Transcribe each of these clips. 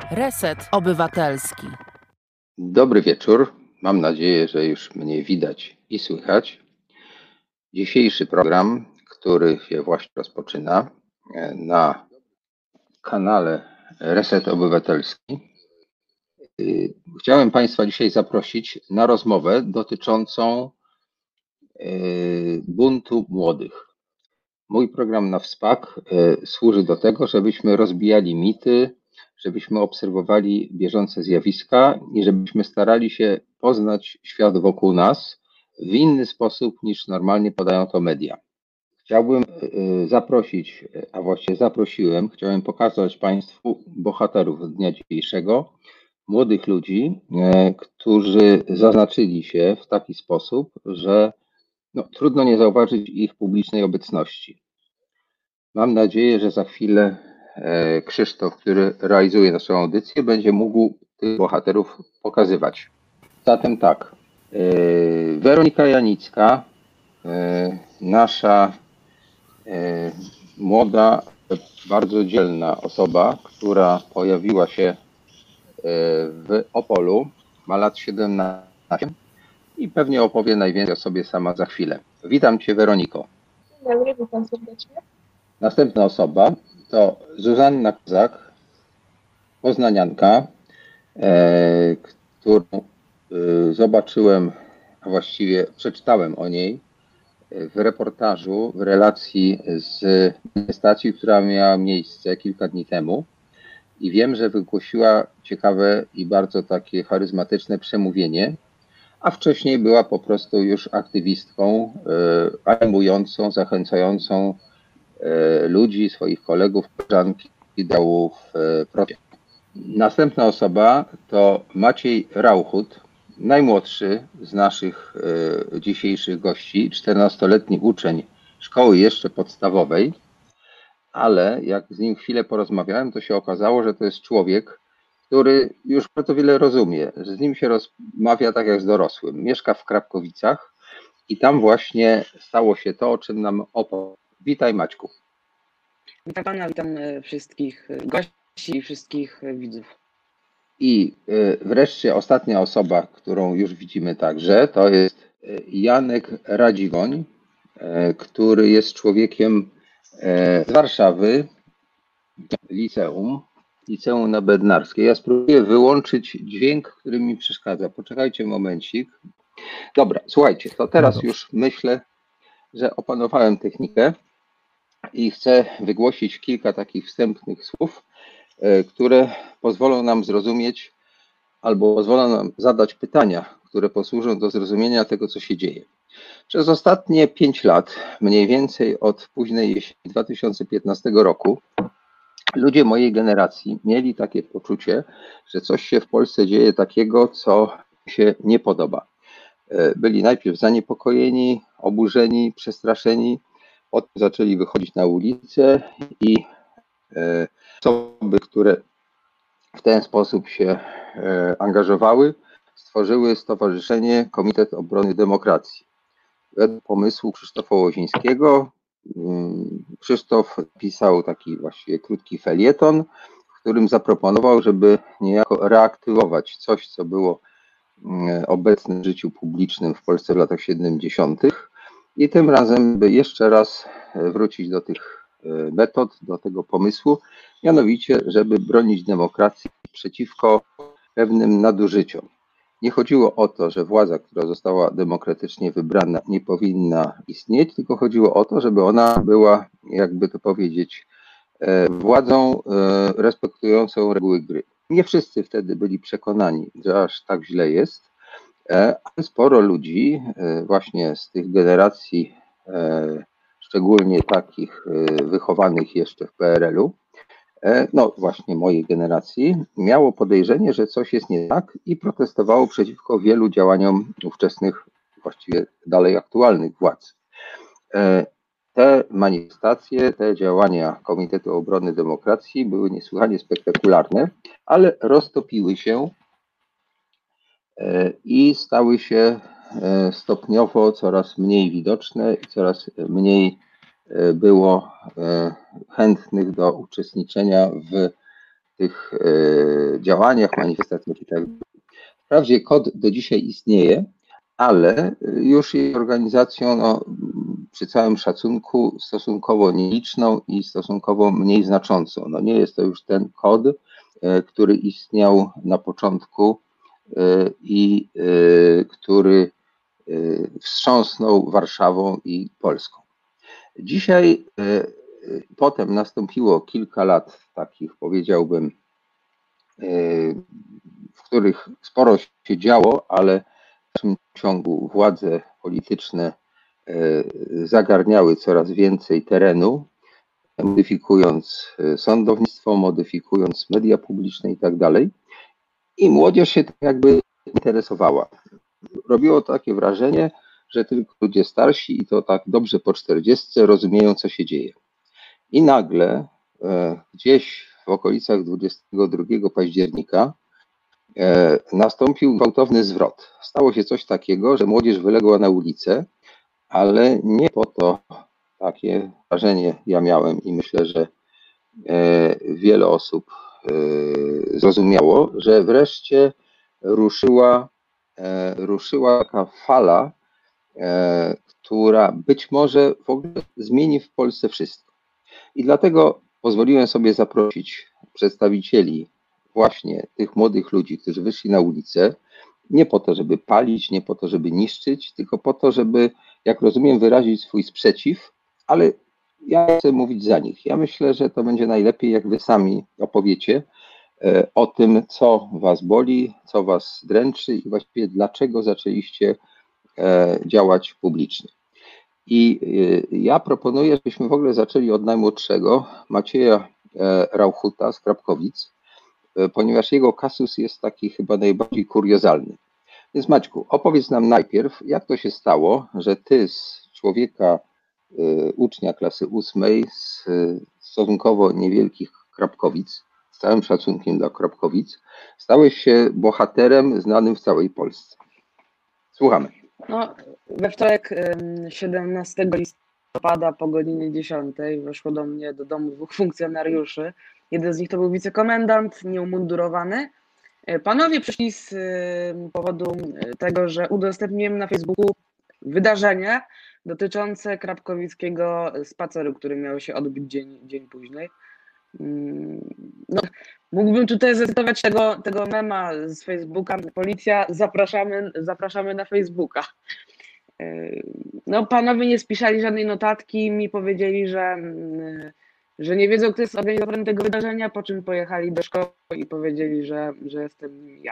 Reset Obywatelski. Dobry wieczór. Mam nadzieję, że już mnie widać i słychać. Dzisiejszy program, który się właśnie rozpoczyna na kanale Reset Obywatelski. Chciałem Państwa dzisiaj zaprosić na rozmowę dotyczącą buntu młodych. Mój program na WSPAK służy do tego, żebyśmy rozbijali mity, żebyśmy obserwowali bieżące zjawiska i żebyśmy starali się poznać świat wokół nas w inny sposób niż normalnie podają to media. Chciałbym zaprosić, a właściwie zaprosiłem, chciałem pokazać Państwu bohaterów dnia dzisiejszego, młodych ludzi, którzy zaznaczyli się w taki sposób, że trudno nie zauważyć ich publicznej obecności. Mam nadzieję, że za chwilę Krzysztof, który realizuje naszą audycję, będzie mógł tych bohaterów pokazywać. Zatem tak, Weronika Janicka, nasza młoda, bardzo dzielna osoba, która pojawiła się w Opolu, ma lat 17 i pewnie opowie najwięcej o sobie sama za chwilę. Witam Cię, Weroniko. Dzień dobry, witam serdecznie. Następna osoba to Zuzanna Kozak, poznanianka, którą zobaczyłem, a właściwie przeczytałem o niej w reportażu, w relacji z manifestacji, która miała miejsce kilka dni temu. I wiem, że wygłosiła ciekawe i bardzo takie charyzmatyczne przemówienie, a wcześniej była po prostu już aktywistką animującą, zachęcającą ludzi, swoich kolegów, koleżanki do protestu. Następna osoba to Maciej Rauchut, najmłodszy z naszych dzisiejszych gości, 14-letni uczeń szkoły jeszcze podstawowej, ale jak z nim chwilę porozmawiałem, to się okazało, że to jest człowiek, który już bardzo wiele rozumie, że z nim się rozmawia tak jak z dorosłym. Mieszka w Krapkowicach i tam właśnie stało się to, o czym nam opowie. Witaj, Maćku. Witam Pana, witam wszystkich gości i wszystkich widzów. I wreszcie ostatnia osoba, którą już widzimy także, to jest Janek Radziwoń, który jest człowiekiem z Warszawy, liceum na Bednarskiej. Ja spróbuję wyłączyć dźwięk, który mi przeszkadza. Poczekajcie momencik. Dobra, słuchajcie, to teraz już myślę, że opanowałem technikę i chcę wygłosić kilka takich wstępnych słów, które pozwolą nam zrozumieć albo pozwolą nam zadać pytania, które posłużą do zrozumienia tego, co się dzieje. Przez ostatnie 5 lat, mniej więcej od późnej jesieni 2015 roku, ludzie mojej generacji mieli takie poczucie, że coś się w Polsce dzieje takiego, co się nie podoba. Byli najpierw zaniepokojeni, oburzeni, przestraszeni, potem zaczęli wychodzić na ulicę i osoby, które w ten sposób się angażowały, stworzyły Stowarzyszenie Komitet Obrony Demokracji. Według pomysłu Krzysztofa Łozińskiego Krzysztof pisał taki właściwie krótki felieton, w którym zaproponował, żeby niejako reaktywować coś, co było obecne w życiu publicznym w Polsce w latach 70. i tym razem, by jeszcze raz wrócić do tych metod, do tego pomysłu, mianowicie, żeby bronić demokracji przeciwko pewnym nadużyciom. Nie chodziło o to, że władza, która została demokratycznie wybrana, nie powinna istnieć, tylko chodziło o to, żeby ona była, jakby to powiedzieć, władzą respektującą reguły gry. Nie wszyscy wtedy byli przekonani, że aż tak źle jest, ale sporo ludzi właśnie z tych generacji, szczególnie takich wychowanych jeszcze w PRL-u, no właśnie mojej generacji, miało podejrzenie, że coś jest nie tak i protestowało przeciwko wielu działaniom ówczesnych, właściwie dalej aktualnych władz. Te manifestacje, te działania Komitetu Obrony Demokracji były niesłychanie spektakularne, ale roztopiły się i stały się stopniowo coraz mniej widoczne i coraz mniej było chętnych do uczestniczenia w tych działaniach, manifestacjach i tak dalej. Wprawdzie KOD do dzisiaj istnieje, ale już jest organizacją przy całym szacunku stosunkowo nieliczną i stosunkowo mniej znaczącą. No nie jest to już ten KOD, który istniał na początku i który wstrząsnął Warszawą i Polską. Dzisiaj potem nastąpiło kilka lat takich, powiedziałbym, w których sporo się działo, ale w dalszym ciągu władze polityczne zagarniały coraz więcej terenu, modyfikując sądownictwo, modyfikując media publiczne i tak dalej. I młodzież się tak jakby interesowała. Robiło takie wrażenie, że tylko ludzie starsi i to tak dobrze po 40 rozumieją, co się dzieje. I nagle gdzieś w okolicach 22 października nastąpił gwałtowny zwrot. Stało się coś takiego, że młodzież wyległa na ulicę, ale nie po to, takie wrażenie ja miałem i myślę, że wiele osób zrozumiało, że wreszcie ruszyła taka fala, która być może w ogóle zmieni w Polsce wszystko. I dlatego pozwoliłem sobie zaprosić przedstawicieli właśnie tych młodych ludzi, którzy wyszli na ulicę, nie po to, żeby palić, nie po to, żeby niszczyć, tylko po to, żeby, jak rozumiem, wyrazić swój sprzeciw, ale ja chcę mówić za nich. Ja myślę, że to będzie najlepiej, jak wy sami opowiecie o tym, co was boli, co was dręczy i właściwie dlaczego zaczęliście działać publicznie. I ja proponuję, żebyśmy w ogóle zaczęli od najmłodszego, Macieja Rauchuta z Krapkowic, ponieważ jego kasus jest taki chyba najbardziej kuriozalny. Więc Maćku, opowiedz nam najpierw, jak to się stało, że ty z człowieka, ucznia klasy 8 z stosunkowo niewielkich Krapkowic, z całym szacunkiem dla Krapkowic, stałeś się bohaterem znanym w całej Polsce. Słuchamy. No, we wtorek 17 listopada po godzinie 10 weszło do mnie do domu 2 funkcjonariuszy. Jeden z nich to był wicekomendant nieumundurowany. Panowie przyszli z powodu tego, że udostępniłem na Facebooku wydarzenie dotyczące krapkowickiego spaceru, który miał się odbyć dzień później. No, mógłbym tutaj zacytować tego mema z Facebooka. Policja, zapraszamy na Facebooka. No, panowie nie spisali żadnej notatki, mi powiedzieli, że nie wiedzą, kto jest organizatorem tego wydarzenia, po czym pojechali do szkoły i powiedzieli, że jestem ja.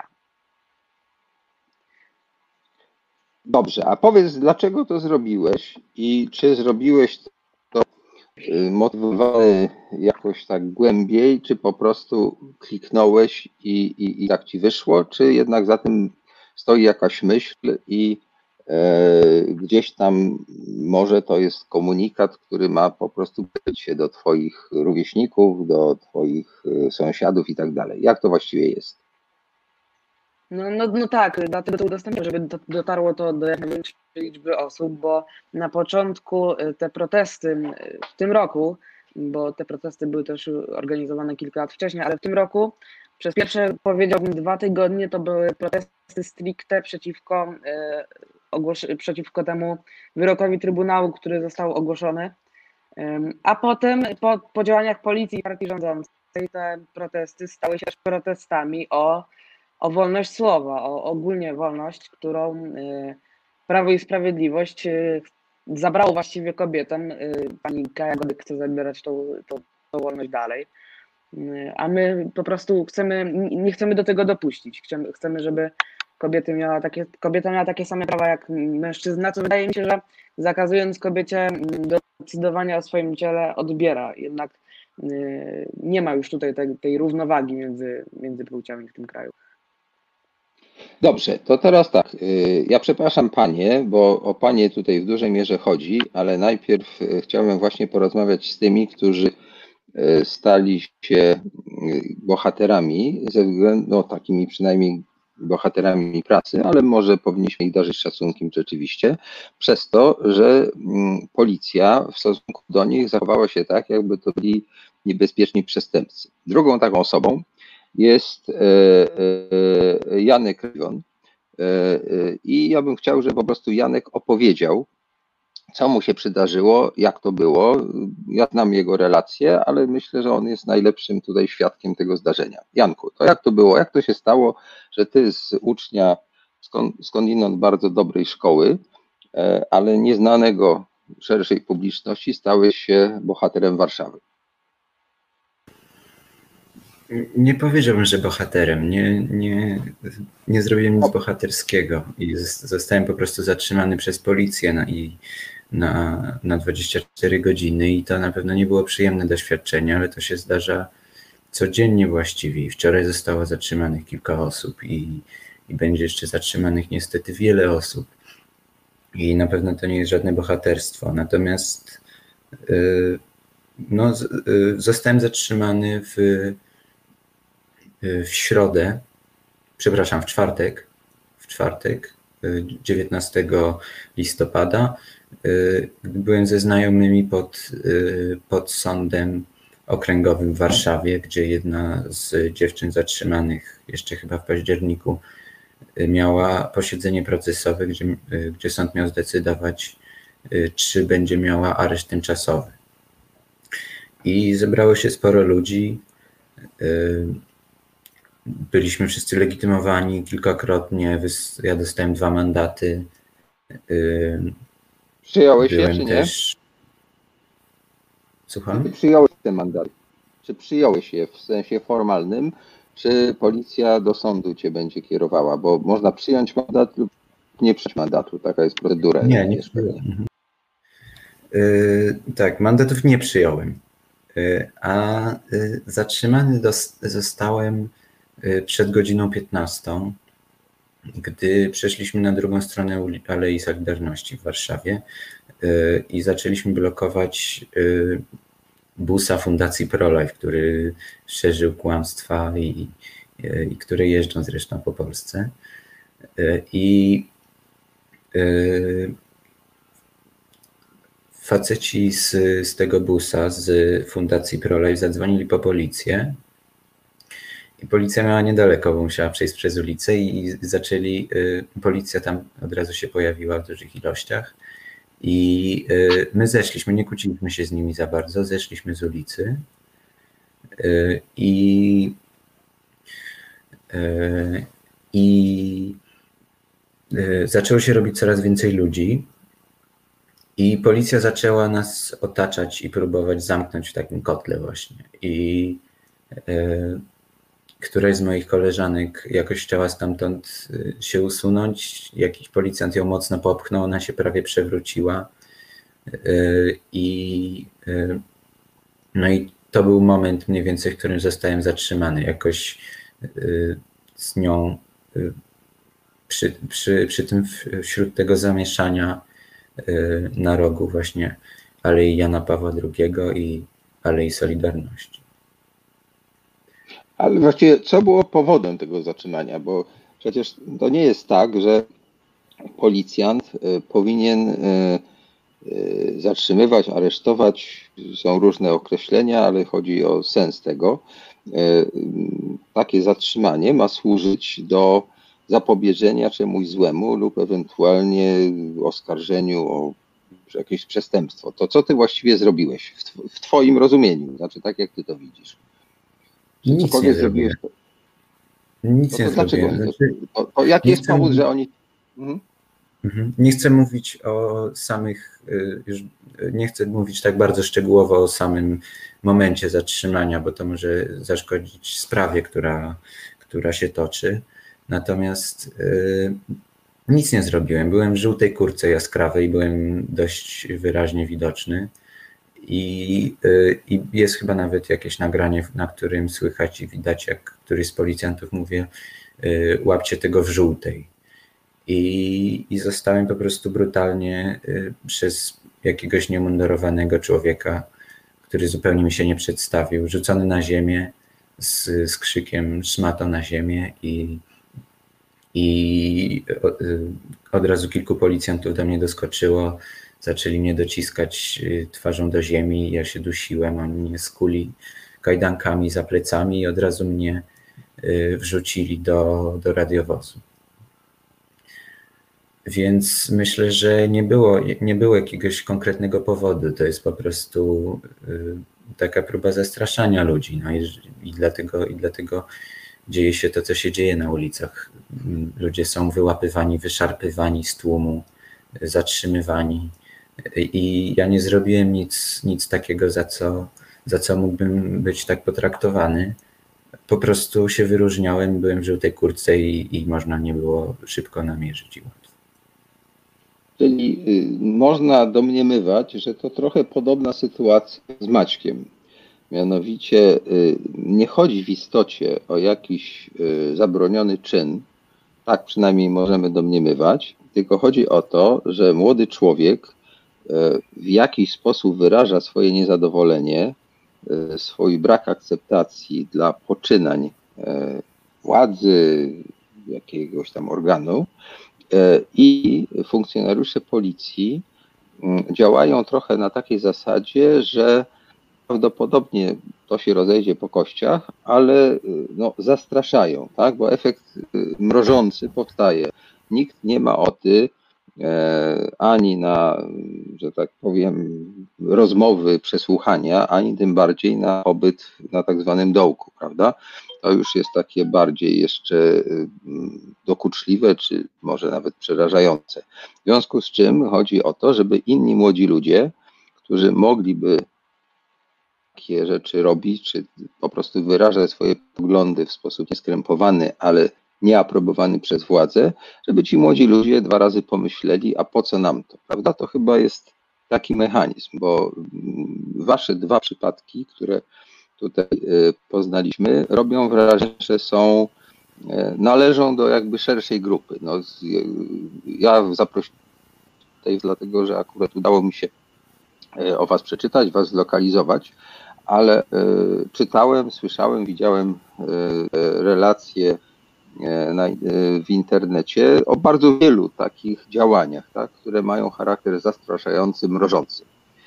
Dobrze, a powiedz, dlaczego to zrobiłeś i czy zrobiłeś to motywowany jakoś tak głębiej, czy po prostu kliknąłeś i tak ci wyszło, czy jednak za tym stoi jakaś myśl i gdzieś tam może to jest komunikat, który ma po prostu być się do twoich rówieśników, do twoich sąsiadów i tak dalej. Jak to właściwie jest? No tak, dlatego to udostępniam, żeby dotarło to do jak największej liczby osób, bo na początku te protesty w tym roku, bo te protesty były też organizowane kilka lat wcześniej, ale w tym roku przez pierwsze, powiedziałbym, 2 tygodnie to były protesty stricte przeciwko temu wyrokowi Trybunału, który został ogłoszony, a potem po działaniach policji i partii rządzącej te protesty stały się też protestami o wolność słowa, o ogólnie wolność, którą Prawo i Sprawiedliwość zabrało właściwie kobietom. Pani Kaja Godek chce zabierać tą wolność dalej, a my po prostu nie chcemy do tego dopuścić. Chcemy, żeby kobieta miała takie same prawa jak mężczyzna, co wydaje mi się, że zakazując kobiecie decydowania o swoim ciele odbiera. Jednak nie ma już tutaj tej równowagi między płciami w tym kraju. Dobrze, to teraz tak. Ja przepraszam panie, bo o panie tutaj w dużej mierze chodzi, ale najpierw chciałem właśnie porozmawiać z tymi, którzy stali się bohaterami, ze względu, no takimi przynajmniej bohaterami pracy, ale może powinniśmy ich darzyć szacunkiem rzeczywiście, przez to, że policja w stosunku do nich zachowała się tak, jakby to byli niebezpieczni przestępcy. Drugą taką osobą jest Janek Rygon. I ja bym chciał, żeby po prostu Janek opowiedział, co mu się przydarzyło, jak to było. Ja znam jego relacje, ale myślę, że on jest najlepszym tutaj świadkiem tego zdarzenia. Janku, to jak to było, jak to się stało, że ty z ucznia skądinąd bardzo dobrej szkoły, ale nieznanego szerszej publiczności, stałeś się bohaterem Warszawy? Nie powiedziałbym, że bohaterem. Nie zrobiłem nic bohaterskiego i zostałem po prostu zatrzymany przez policję na 24 godziny i to na pewno nie było przyjemne doświadczenie, ale to się zdarza codziennie właściwie. Wczoraj zostało zatrzymanych kilka osób i będzie jeszcze zatrzymanych niestety wiele osób. I na pewno to nie jest żadne bohaterstwo. Natomiast zostałem zatrzymany w środę, przepraszam, w czwartek 19 listopada. Byłem ze znajomymi pod sądem okręgowym w Warszawie, gdzie jedna z dziewczyn zatrzymanych jeszcze chyba w październiku miała posiedzenie procesowe, gdzie sąd miał zdecydować, czy będzie miała areszt tymczasowy. I zebrało się sporo ludzi. Byliśmy wszyscy legitymowani kilkakrotnie. Ja dostałem 2 mandaty. Przyjąłeś je, czy nie? Słucham? Czy przyjąłeś te mandaty? Czy przyjąłeś je w sensie formalnym, czy policja do sądu cię będzie kierowała? Bo można przyjąć mandat lub nie przyjąć mandatu. Taka jest procedura. Nie przyjąłem. Tak, mandatów nie przyjąłem. A zatrzymany zostałem przed godziną 15, gdy przeszliśmy na drugą stronę Alei Solidarności w Warszawie i zaczęliśmy blokować busa Fundacji ProLife, który szerzył kłamstwa i które jeżdżą zresztą po Polsce. I faceci z tego busa, z Fundacji ProLife zadzwonili po policję. I policja miała niedaleko, bo musiała przejść przez ulicę i policja tam od razu się pojawiła w dużych ilościach. I my zeszliśmy, nie kłóciliśmy się z nimi za bardzo, zeszliśmy z ulicy i zaczęło się robić coraz więcej ludzi i policja zaczęła nas otaczać i próbować zamknąć w takim kotle właśnie. I któraś z moich koleżanek jakoś chciała stamtąd się usunąć. Jakiś policjant ją mocno popchnął, ona się prawie przewróciła. No i to był moment mniej więcej, w którym zostałem zatrzymany. Jakoś z nią przy tym wśród tego zamieszania na rogu właśnie Alei Jana Pawła II i Alei Solidarności. Ale właściwie co było powodem tego zatrzymania? Bo przecież to nie jest tak, że policjant powinien zatrzymywać, aresztować. Są różne określenia, ale chodzi o sens tego. Takie zatrzymanie ma służyć do zapobieżenia czemuś złemu lub ewentualnie oskarżeniu o jakieś przestępstwo. To co ty właściwie zrobiłeś w twoim rozumieniu? Znaczy tak jak ty to widzisz. Nic nie zrobiłem. Nic nie zrobiłem. Jaki jest powód, że oni... Nie chcę mówić o samych, nie chcę mówić tak bardzo szczegółowo o samym momencie zatrzymania, bo to może zaszkodzić sprawie, która się toczy. Natomiast nic nie zrobiłem. Byłem w żółtej kurtce jaskrawej, byłem dość wyraźnie widoczny. I jest chyba nawet jakieś nagranie, na którym słychać i widać, jak któryś z policjantów mówi: łapcie tego w żółtej. I zostałem po prostu brutalnie przez jakiegoś niemundurowanego człowieka, który zupełnie mi się nie przedstawił, rzucony na ziemię z krzykiem szmato na ziemię i od razu kilku policjantów do mnie doskoczyło. Zaczęli mnie dociskać twarzą do ziemi, ja się dusiłem, oni mnie skuli kajdankami za plecami i od razu mnie wrzucili do radiowozu. Więc myślę, że nie było jakiegoś konkretnego powodu. To jest po prostu taka próba zastraszania ludzi. No i dlatego dzieje się to, co się dzieje na ulicach. Ludzie są wyłapywani, wyszarpywani z tłumu, zatrzymywani. I ja nie zrobiłem nic takiego, za co mógłbym być tak potraktowany. Po prostu się wyróżniałem, byłem w żółtej kurtce i można mnie było szybko namierzyć i łatwo. Czyli można domniemywać, że to trochę podobna sytuacja z Maćkiem. Mianowicie nie chodzi w istocie o jakiś zabroniony czyn, tak przynajmniej możemy domniemywać, tylko chodzi o to, że młody człowiek w jakiś sposób wyraża swoje niezadowolenie, swój brak akceptacji dla poczynań władzy, jakiegoś tam organu, i funkcjonariusze policji działają trochę na takiej zasadzie, że prawdopodobnie to się rozejdzie po kościach, ale no, zastraszają, tak? Bo efekt mrożący powstaje. Nikt nie ma ochoty ani na, że tak powiem, rozmowy, przesłuchania, ani tym bardziej na pobyt na tak zwanym dołku, prawda? To już jest takie bardziej jeszcze dokuczliwe, czy może nawet przerażające. W związku z czym chodzi o to, żeby inni młodzi ludzie, którzy mogliby takie rzeczy robić, czy po prostu wyrażać swoje poglądy w sposób nieskrępowany, ale nieaprobowany przez władzę, żeby ci młodzi ludzie 2 razy pomyśleli, a po co nam to, prawda? To chyba jest taki mechanizm, bo wasze 2 przypadki, które tutaj poznaliśmy, robią wrażenie, że należą do jakby szerszej grupy. No, ja zaprosiłem tutaj dlatego, że akurat udało mi się o was przeczytać, was zlokalizować, ale czytałem, słyszałem, widziałem relacje w internecie o bardzo wielu takich działaniach, tak, które mają charakter zastraszający, mrożący.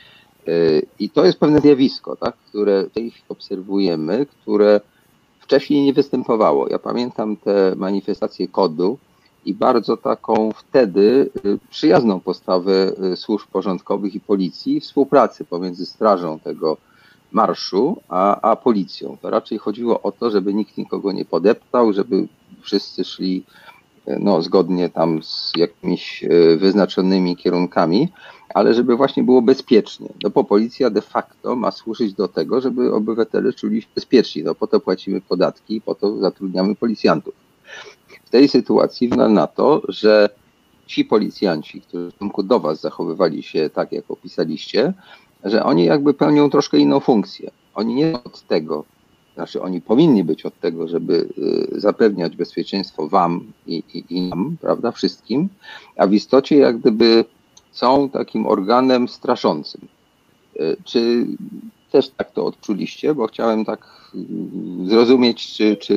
I to jest pewne zjawisko, tak, które w tej chwili obserwujemy, które wcześniej nie występowało. Ja pamiętam te manifestacje KOD-u i bardzo taką wtedy przyjazną postawę służb porządkowych i policji, współpracy pomiędzy strażą tego marszu a policją. To raczej chodziło o to, żeby nikt nikogo nie podeptał, żeby wszyscy szli no, zgodnie tam z jakimiś wyznaczonymi kierunkami, ale żeby właśnie było bezpiecznie. No bo policja de facto ma służyć do tego, żeby obywatele czuli się bezpieczni. No po to płacimy podatki, po to zatrudniamy policjantów. W tej sytuacji wygląda na to, że ci policjanci, którzy w stosunku do was zachowywali się tak, jak opisaliście, że oni jakby pełnią troszkę inną funkcję. Oni nie są od tego, znaczy oni powinni być od tego, żeby zapewniać bezpieczeństwo wam i nam, prawda, wszystkim, a w istocie jak gdyby są takim organem straszącym. Czy też tak to odczuliście? Bo chciałem tak zrozumieć,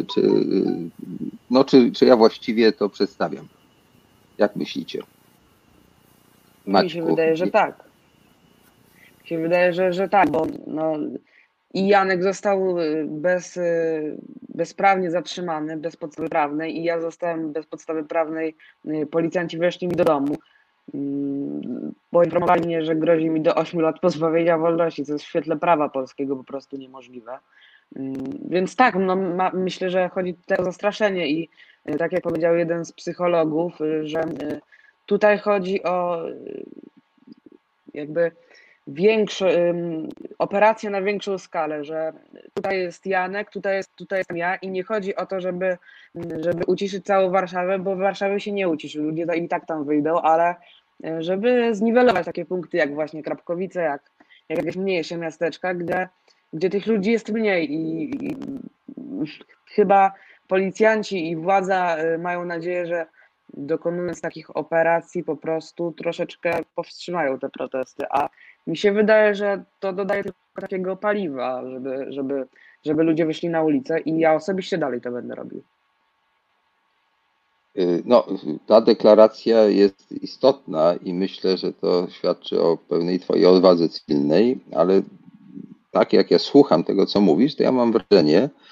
czy ja właściwie to przedstawiam. Jak myślicie? Mi się wydaje, że tak. Mi się wydaje, że tak, bo no, i Janek został bezprawnie zatrzymany, bez podstawy prawnej, i ja zostałem bez podstawy prawnej. Policjanci weszli mi do domu. Poinformowali mnie, że grozi mi do 8 lat pozbawienia wolności, co jest w świetle prawa polskiego po prostu niemożliwe. Więc tak, no, myślę, że chodzi tutaj o zastraszenie i tak jak powiedział jeden z psychologów, że tutaj chodzi o jakby operację na większą skalę, że tutaj jest Janek, tutaj jestem ja i nie chodzi o to, żeby uciszyć całą Warszawę, bo w Warszawie się nie uciszy, ludzie i tak tam wyjdą, ale żeby zniwelować takie punkty jak właśnie Krapkowice, jak jakieś mniejsze miasteczka, gdzie tych ludzi jest mniej i chyba policjanci i władza mają nadzieję, że dokonując takich operacji po prostu troszeczkę powstrzymają te protesty, a mi się wydaje, że to dodaje tylko takiego paliwa, żeby ludzie wyszli na ulicę i ja osobiście dalej to będę robił. No, ta deklaracja jest istotna i myślę, że to świadczy o pewnej twojej odwadze cywilnej, ale tak jak ja słucham tego, co mówisz, to ja mam wrażenie,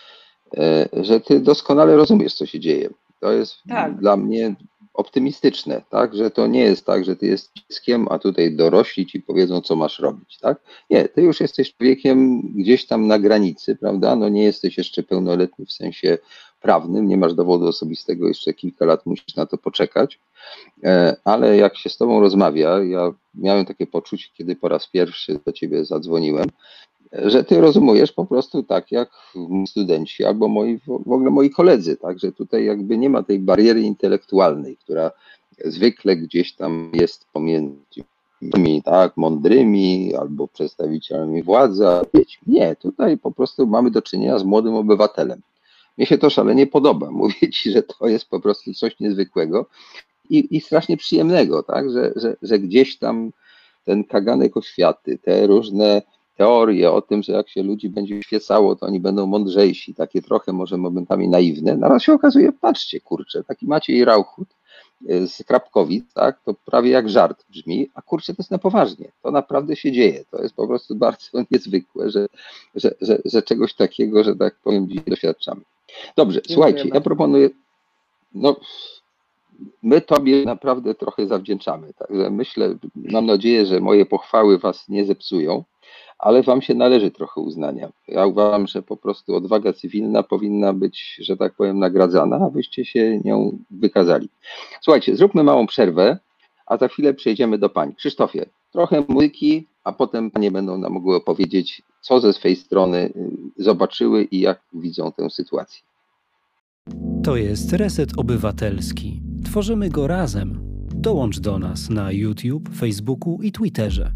że ty doskonale rozumiesz, co się dzieje. To jest Tak. dla mnie optymistyczne, tak, że to nie jest tak, że ty jesteś dzieckiem, a tutaj dorośli ci powiedzą, co masz robić, tak? Nie, ty już jesteś człowiekiem gdzieś tam na granicy, prawda? No nie jesteś jeszcze pełnoletni w sensie prawnym, nie masz dowodu osobistego, jeszcze kilka lat musisz na to poczekać, ale jak się z tobą rozmawia, ja miałem takie poczucie, kiedy po raz pierwszy do ciebie zadzwoniłem, że ty rozumiesz po prostu tak jak studenci albo w ogóle moi koledzy, tak, że tutaj jakby nie ma tej bariery intelektualnej, która zwykle gdzieś tam jest pomiędzy tymi tak mądrymi albo przedstawicielami władzy, a dziećmi. Nie, tutaj po prostu mamy do czynienia z młodym obywatelem. Mnie się to szalenie podoba. Mówię ci, że to jest po prostu coś niezwykłego i strasznie przyjemnego, tak, że gdzieś tam ten kaganek oświaty, te różne teorie o tym, że jak się ludzi będzie świecało, to oni będą mądrzejsi, takie trochę może momentami naiwne. Naraz się okazuje, patrzcie, kurczę, taki Maciej Rauchut z Krapkowic, tak, to prawie jak żart brzmi, a kurczę, to jest na poważnie, to naprawdę się dzieje, to jest po prostu bardzo niezwykłe, że czegoś takiego, że tak powiem, dziś doświadczamy. Dobrze, słuchajcie, ja proponuję, no my tobie naprawdę trochę zawdzięczamy, także myślę, mam nadzieję, że moje pochwały was nie zepsują, ale wam się należy trochę uznania. Ja uważam, że po prostu odwaga cywilna powinna być, że tak powiem, nagradzana, abyście się nią wykazali. Słuchajcie, zróbmy małą przerwę, a za chwilę przejdziemy do pań. Krzysztofie, trochę muzyki, a potem panie będą nam mogły opowiedzieć, co ze swej strony zobaczyły i jak widzą tę sytuację. To jest Reset Obywatelski. Tworzymy go razem. Dołącz do nas na YouTube, Facebooku i Twitterze.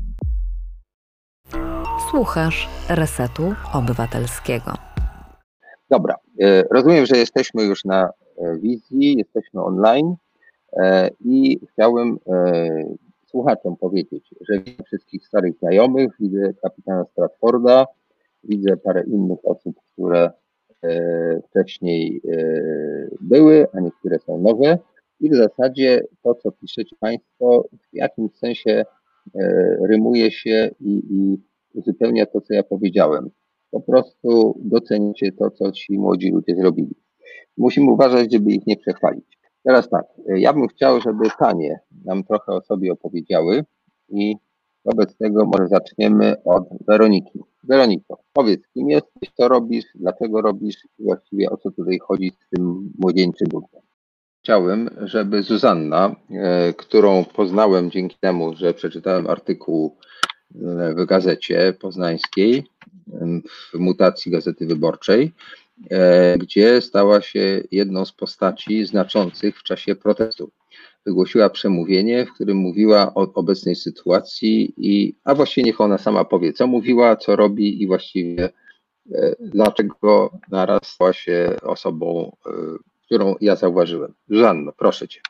Słuchasz Resetu Obywatelskiego. Dobra, rozumiem, że jesteśmy już na wizji, jesteśmy online i chciałem słuchaczom powiedzieć, że widzę wszystkich starych znajomych, widzę kapitana Stratforda, widzę parę innych osób, które wcześniej były, a niektóre są nowe i w zasadzie to, co piszecie Państwo, w jakimś sensie rymuje się i uzupełnia to, co ja powiedziałem. Po prostu docenicie to, co ci młodzi ludzie zrobili. Musimy uważać, żeby ich nie przechwalić. Teraz tak, ja bym chciał, żeby panie nam trochę o sobie opowiedziały i wobec tego może zaczniemy od Weroniki. Weroniko, powiedz, kim jesteś, co robisz, dlaczego robisz i właściwie o co tutaj chodzi z tym młodzieńczym buntem. Chciałem, żeby Zuzanna, którą poznałem dzięki temu, że przeczytałem artykuł w Gazecie Poznańskiej, w mutacji Gazety Wyborczej, gdzie stała się jedną z postaci znaczących w czasie protestu. Wygłosiła przemówienie, w którym mówiła o obecnej sytuacji, a właściwie niech ona sama powie, co mówiła, co robi i właściwie dlaczego naraz stała się osobą, którą ja zauważyłem. Zuzanno, proszę cię.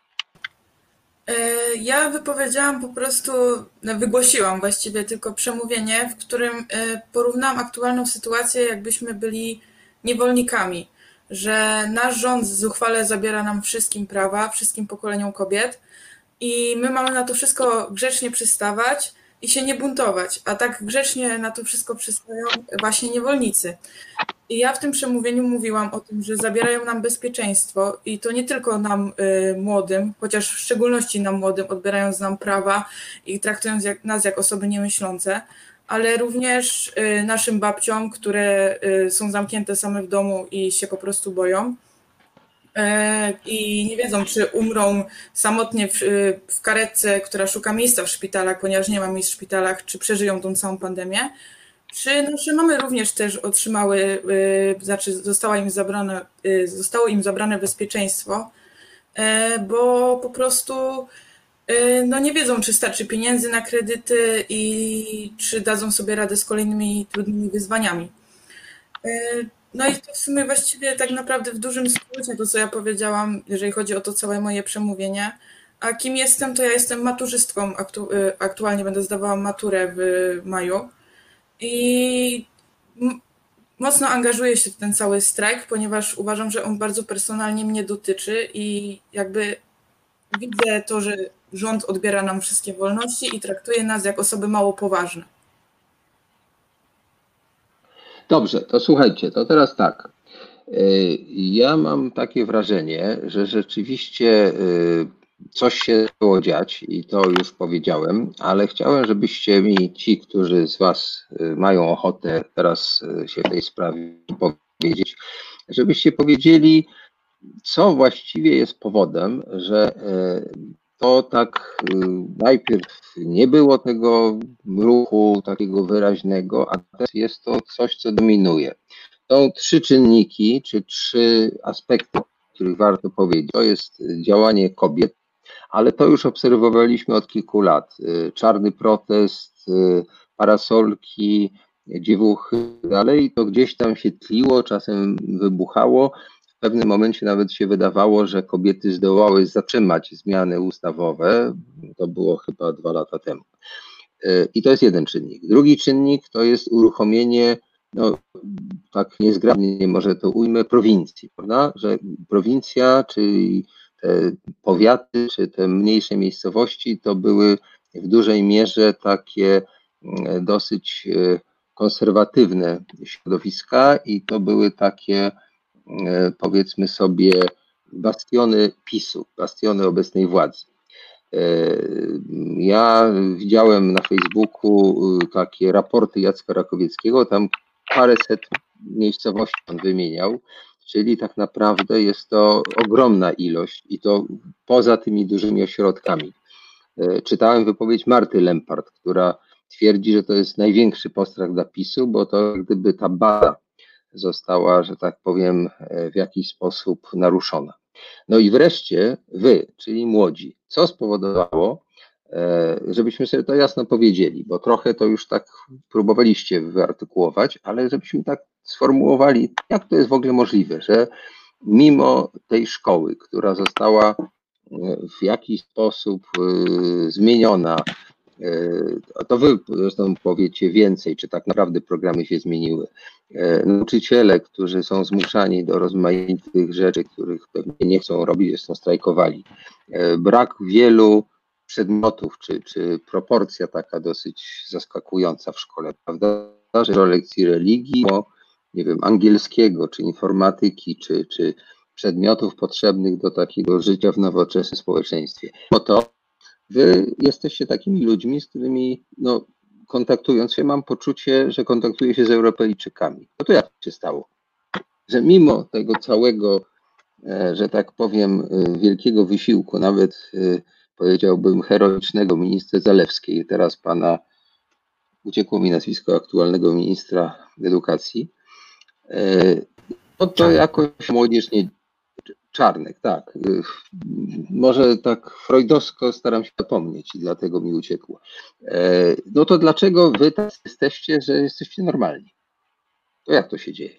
Ja wypowiedziałam po prostu, wygłosiłam właściwie tylko przemówienie, w którym porównałam aktualną sytuację, jakbyśmy byli niewolnikami, że nasz rząd zuchwale zabiera nam wszystkim prawa, wszystkim pokoleniom kobiet i my mamy na to wszystko grzecznie przystawać i się nie buntować, a tak grzecznie na to wszystko przystają właśnie niewolnicy. I ja w tym przemówieniu mówiłam o tym, że zabierają nam bezpieczeństwo i to nie tylko nam młodym, chociaż w szczególności nam młodym, odbierając nam prawa i traktując nas jak osoby niemyślące, ale również naszym babciom, które są zamknięte same w domu i się po prostu boją i nie wiedzą, czy umrą samotnie w karetce, która szuka miejsca w szpitalach, ponieważ nie ma miejsc w szpitalach, czy przeżyją tą całą pandemię. Czy nasze mamy również też otrzymały, znaczy zostało im zabrane bezpieczeństwo, bo po prostu no nie wiedzą, czy starczy pieniędzy na kredyty i czy dadzą sobie radę z kolejnymi trudnymi wyzwaniami. No i to w sumie właściwie tak naprawdę w dużym skrócie to, co ja powiedziałam, jeżeli chodzi o to całe moje przemówienie. A kim jestem, to ja jestem maturzystką, aktualnie będę zdawała maturę w maju. I mocno angażuję się w ten cały strajk, ponieważ uważam, że on bardzo personalnie mnie dotyczy i jakby widzę to, że rząd odbiera nam wszystkie wolności i traktuje nas jak osoby mało poważne. Dobrze, to słuchajcie, to teraz tak. Ja mam takie wrażenie, że rzeczywiście coś się zaczęło dziać i to już powiedziałem, ale chciałem, żebyście mi, ci, którzy z Was mają ochotę teraz się w tej sprawie powiedzieć, żebyście powiedzieli, co właściwie jest powodem, że to tak najpierw nie było tego ruchu takiego wyraźnego, a teraz jest to coś, co dominuje. Są trzy czynniki, czy trzy aspekty, o których warto powiedzieć. To jest działanie kobiet, ale to już obserwowaliśmy od kilku lat. Czarny protest, parasolki, dziewuchy, dalej, to gdzieś tam się tliło, czasem wybuchało. W pewnym momencie nawet się wydawało, że kobiety zdołały zatrzymać zmiany ustawowe. To było chyba 2 lata temu. I to jest jeden czynnik. Drugi czynnik to jest uruchomienie, no tak niezgrabnie może to ujmę, prowincji, prawda? Że prowincja, czyli te powiaty, czy te mniejsze miejscowości, to były w dużej mierze takie dosyć konserwatywne środowiska i to były takie, powiedzmy sobie, bastiony PiS-u, bastiony obecnej władzy. Ja widziałem na Facebooku takie raporty Jacka Rakowieckiego, tam paręset miejscowości on wymieniał, czyli tak naprawdę jest to ogromna ilość i to poza tymi dużymi ośrodkami. Czytałem wypowiedź Marty Lempart, która twierdzi, że to jest największy postrach dla PiS-u, bo to gdyby ta baza została, że tak powiem, w jakiś sposób naruszona. No i wreszcie wy, czyli młodzi, co spowodowało, żebyśmy sobie to jasno powiedzieli, bo trochę to już tak próbowaliście wyartykułować, ale żebyśmy tak sformułowali, jak to jest w ogóle możliwe, że mimo tej szkoły, która została w jakiś sposób zmieniona, to wy zresztą powiecie więcej, czy tak naprawdę programy się zmieniły. Nauczyciele, którzy są zmuszani do rozmaitych rzeczy, których pewnie nie chcą robić, zresztą strajkowali. Brak wielu przedmiotów, czy proporcja taka dosyć zaskakująca w szkole, prawda, że do lekcji religii, nie wiem, angielskiego, czy informatyki, czy przedmiotów potrzebnych do takiego życia w nowoczesnym społeczeństwie. No to wy jesteście takimi ludźmi, z którymi no, kontaktując się, mam poczucie, że kontaktuję się z Europejczykami. No to jak się stało? Że mimo tego całego, że tak powiem, wielkiego wysiłku, nawet powiedziałbym heroicznego ministra Zalewskiej, teraz pana, uciekło mi nazwisko aktualnego ministra edukacji, no to jakoś młodzież nie... Czarnek, tak. Może tak freudowsko staram się zapomnieć i dlatego mi uciekło. No to dlaczego wy tak jesteście, że jesteście normalni? To jak to się dzieje?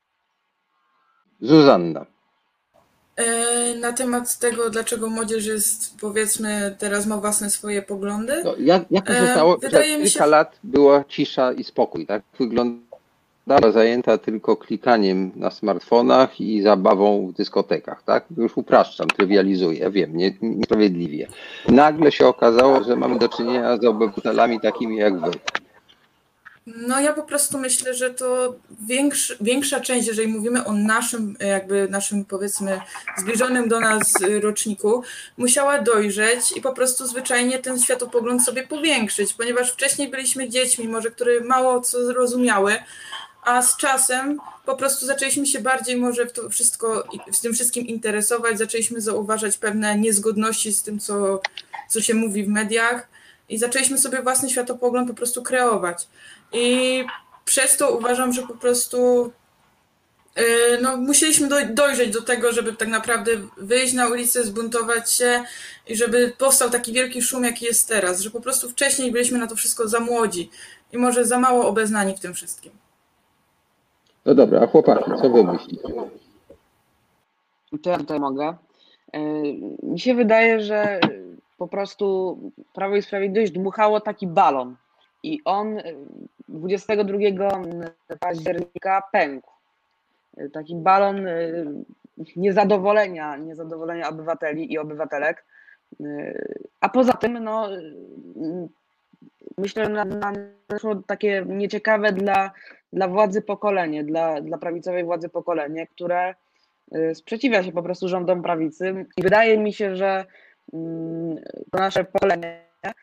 Zuzanna. Na temat tego, dlaczego młodzież jest, powiedzmy, teraz ma własne swoje poglądy? No, jak to się stało, że kilka lat była cisza i spokój, tak? Wyglądała zajęta tylko klikaniem na smartfonach i zabawą w dyskotekach, tak? Już upraszczam, trywializuję, ja wiem, niesprawiedliwie. Nagle się okazało, że mamy do czynienia z obywatelami takimi jak wy. No ja po prostu myślę, że to większa część, jeżeli mówimy o naszym powiedzmy zbliżonym do nas roczniku, musiała dojrzeć i po prostu zwyczajnie ten światopogląd sobie powiększyć, ponieważ wcześniej byliśmy dziećmi, może które mało co zrozumiały, a z czasem po prostu zaczęliśmy się bardziej może w tym wszystkim interesować, zaczęliśmy zauważać pewne niezgodności z tym, co się mówi w mediach i zaczęliśmy sobie własny światopogląd po prostu kreować. I przez to uważam, że po prostu no, musieliśmy dojrzeć do tego, żeby tak naprawdę wyjść na ulicę, zbuntować się i żeby powstał taki wielki szum, jaki jest teraz, że po prostu wcześniej byliśmy na to wszystko za młodzi i może za mało obeznani w tym wszystkim. No dobra, a chłopaki, co wy myślicie? To ja tutaj mogę. Mi się wydaje, że po prostu Prawo i Sprawiedliwość dmuchało taki balon i on 22 października pękł. Taki balon niezadowolenia obywateli i obywatelek. A poza tym, no, myślę, że naszło takie nieciekawe dla dla władzy pokolenie, dla prawicowej władzy pokolenie, które sprzeciwia się po prostu rządom prawicy i wydaje mi się, że to nasze pokolenie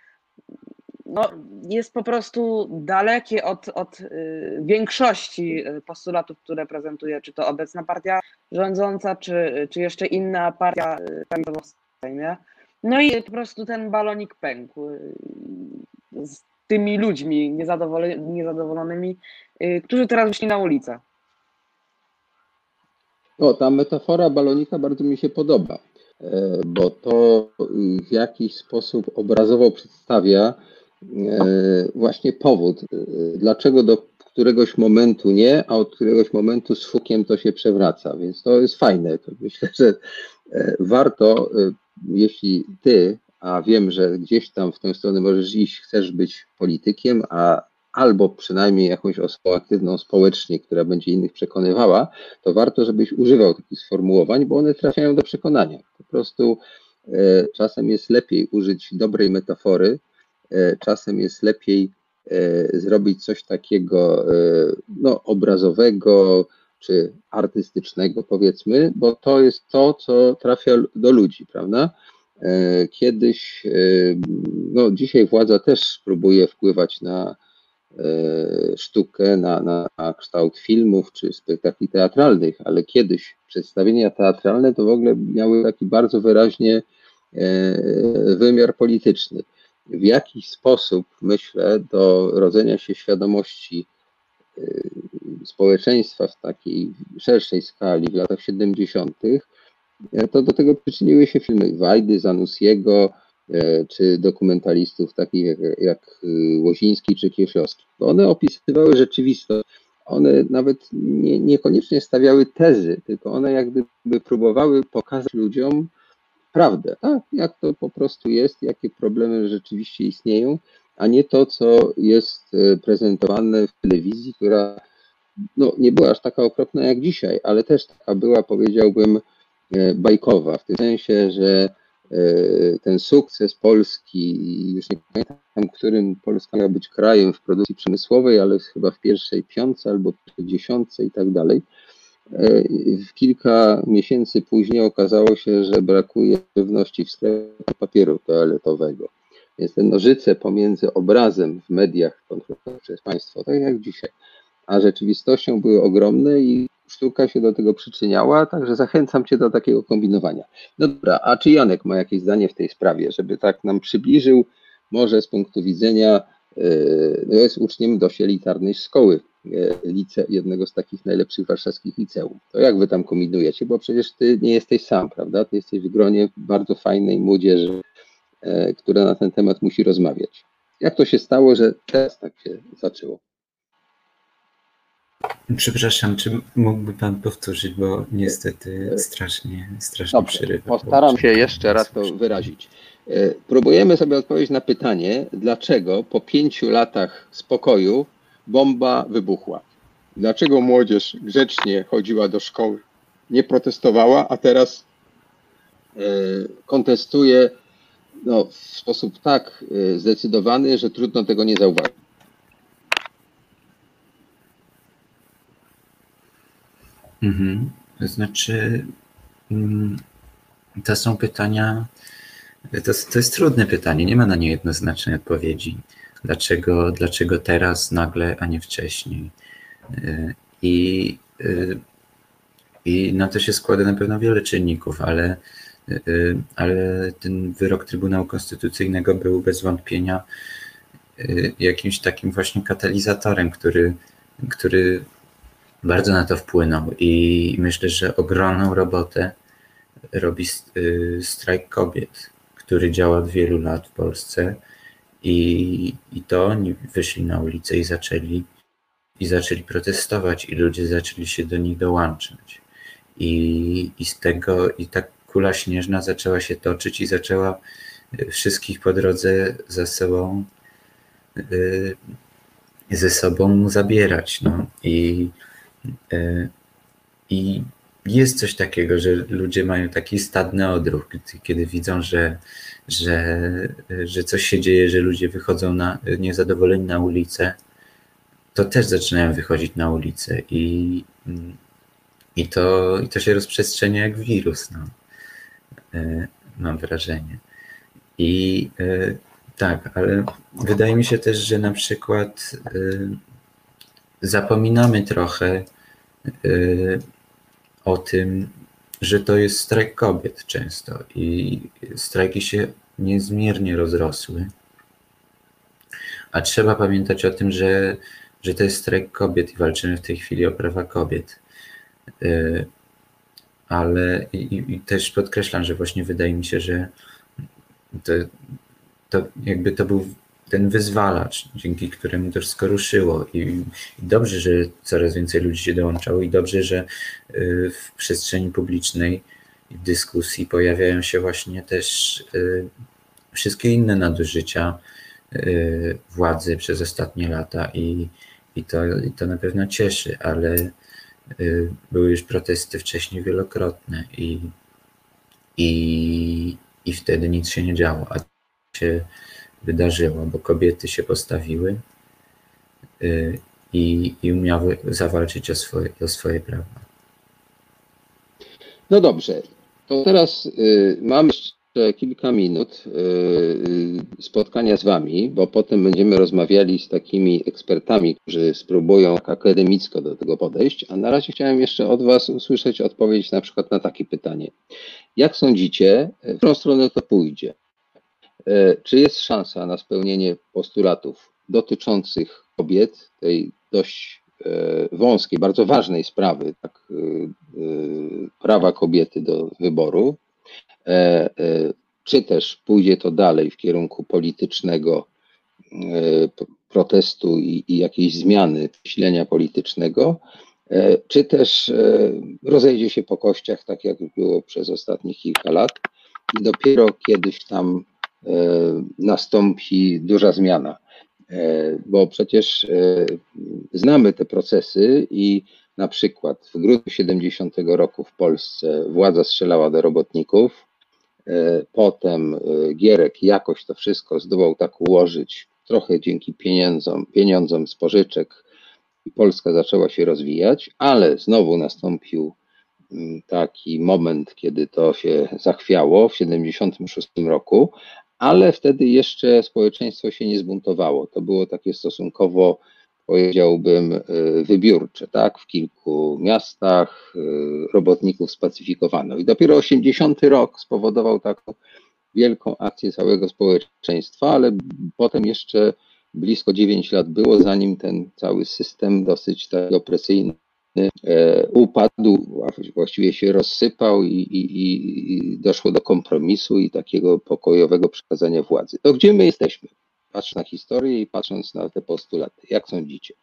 jest po prostu dalekie od większości postulatów, które prezentuje czy to obecna partia rządząca, czy jeszcze inna partia prawicowa w Sejmie. No i po prostu ten balonik pękł z tymi ludźmi niezadowolonymi, którzy teraz wyszli na ulicę. Ta metafora balonika bardzo mi się podoba, bo to w jakiś sposób obrazowo przedstawia właśnie powód, dlaczego do któregoś momentu nie, a od któregoś momentu z hukiem to się przewraca, więc to jest fajne. To myślę, że warto, jeśli ty, a wiem, że gdzieś tam w tę stronę możesz iść, chcesz być politykiem, albo przynajmniej jakąś osobą aktywną społecznie, która będzie innych przekonywała, to warto, żebyś używał takich sformułowań, bo one trafiają do przekonania. Po prostu czasem jest lepiej użyć dobrej metafory, czasem jest lepiej zrobić coś takiego obrazowego czy artystycznego, powiedzmy, bo to jest to, co trafia do ludzi, prawda? Kiedyś, dzisiaj władza też próbuje wpływać na sztukę, na kształt filmów czy spektakli teatralnych, ale kiedyś przedstawienia teatralne to w ogóle miały taki bardzo wyraźnie wymiar polityczny. W jakiś sposób, myślę, do rodzenia się świadomości społeczeństwa w takiej szerszej skali w latach 70., to do tego przyczyniły się filmy Wajdy, Zanussiego, czy dokumentalistów takich jak Łosiński czy Kieślowski. Bo one opisywały rzeczywistość. One nawet niekoniecznie stawiały tezy, tylko one jak gdyby próbowały pokazać ludziom prawdę, tak? Jak to po prostu jest, jakie problemy rzeczywiście istnieją, a nie to, co jest prezentowane w telewizji, która nie była aż taka okropna jak dzisiaj, ale też taka była, powiedziałbym, bajkowa, w tym sensie, że ten sukces Polski, już nie pamiętam, którym Polska miała być krajem w produkcji przemysłowej, ale chyba w pierwszej 5 albo w 10 i tak dalej. W kilka miesięcy później okazało się, że brakuje żywności w sklepach, papieru toaletowego. Więc te nożyce pomiędzy obrazem w mediach kontrolowanych przez państwo, tak jak dzisiaj, a rzeczywistością były ogromne i sztuka się do tego przyczyniała, także zachęcam cię do takiego kombinowania. No dobra, a czy Janek ma jakieś zdanie w tej sprawie, żeby tak nam przybliżył, może z punktu widzenia, jest uczniem dość elitarnej szkoły, jednego z takich najlepszych warszawskich liceum. To jak wy tam kombinujecie, bo przecież ty nie jesteś sam, prawda? Ty jesteś w gronie bardzo fajnej młodzieży, która na ten temat musi rozmawiać. Jak to się stało, że teraz tak się zaczęło? Przepraszam, czy mógłby pan powtórzyć, bo niestety strasznie przerywa. Postaram się jeszcze raz to wyrazić. Próbujemy sobie odpowiedzieć na pytanie, dlaczego po 5 latach spokoju bomba wybuchła. Dlaczego młodzież grzecznie chodziła do szkoły, nie protestowała, a teraz kontestuje w sposób tak zdecydowany, że trudno tego nie zauważyć. To znaczy, to są pytania, to jest trudne pytanie, nie ma na nie jednoznacznej odpowiedzi. Dlaczego teraz nagle, a nie wcześniej? I na to się składa na pewno wiele czynników, ale ten wyrok Trybunału Konstytucyjnego był bez wątpienia jakimś takim właśnie katalizatorem, który bardzo na to wpłynął i myślę, że ogromną robotę robi strajk kobiet, który działa od wielu lat w Polsce i to oni wyszli na ulicę i zaczęli protestować i ludzie zaczęli się do nich dołączać i z tego i ta kula śnieżna zaczęła się toczyć i zaczęła wszystkich po drodze ze sobą zabierać. I jest coś takiego, że ludzie mają taki stadny odruch, kiedy widzą, że coś się dzieje, że ludzie wychodzą niezadowoleni na ulicę, to też zaczynają wychodzić na ulicę i to się rozprzestrzenia jak wirus, no. Mam wrażenie. I tak, ale wydaje mi się też, że na przykład zapominamy trochę o tym, że to jest strajk kobiet często i strajki się niezmiernie rozrosły. A trzeba pamiętać o tym, że to jest strajk kobiet i walczymy w tej chwili o prawa kobiet. Ale i też podkreślam, że właśnie wydaje mi się, że to jakby to był ten wyzwalacz, dzięki któremu to wszystko ruszyło i dobrze, że coraz więcej ludzi się dołączało i dobrze, że w przestrzeni publicznej i w dyskusji pojawiają się właśnie też wszystkie inne nadużycia władzy przez ostatnie lata i to na pewno cieszy, ale były już protesty wcześniej wielokrotne i wtedy nic się nie działo, a to się wydarzyło, bo kobiety się postawiły i umiały zawalczyć o swoje prawa. No dobrze, to teraz mamy jeszcze kilka minut spotkania z Wami, bo potem będziemy rozmawiali z takimi ekspertami, którzy spróbują akademicko do tego podejść, a na razie chciałem jeszcze od Was usłyszeć odpowiedź na przykład na takie pytanie. Jak sądzicie, w którą stronę to pójdzie? Czy jest szansa na spełnienie postulatów dotyczących kobiet, tej dość wąskiej, bardzo ważnej sprawy, tak, prawa kobiety do wyboru, czy też pójdzie to dalej w kierunku politycznego protestu i jakiejś zmiany myślenia politycznego, czy też rozejdzie się po kościach, tak jak było przez ostatnich kilka lat i dopiero kiedyś tam nastąpi duża zmiana, bo przecież znamy te procesy i na przykład w grudniu 70 roku w Polsce władza strzelała do robotników, potem Gierek jakoś to wszystko zdołał tak ułożyć, trochę dzięki pieniądzom z pożyczek i Polska zaczęła się rozwijać, ale znowu nastąpił taki moment, kiedy to się zachwiało w 76 roku, ale wtedy jeszcze społeczeństwo się nie zbuntowało. To było takie stosunkowo, powiedziałbym, wybiórcze, tak? W kilku miastach robotników spacyfikowano. I dopiero 80 rok spowodował taką wielką akcję całego społeczeństwa, ale potem jeszcze blisko 9 lat było, zanim ten cały system dosyć tak opresyjny upadł, a właściwie się rozsypał i doszło do kompromisu i takiego pokojowego przekazania władzy. To gdzie my jesteśmy? Patrz na historię i patrząc na te postulaty. Jak sądzicie?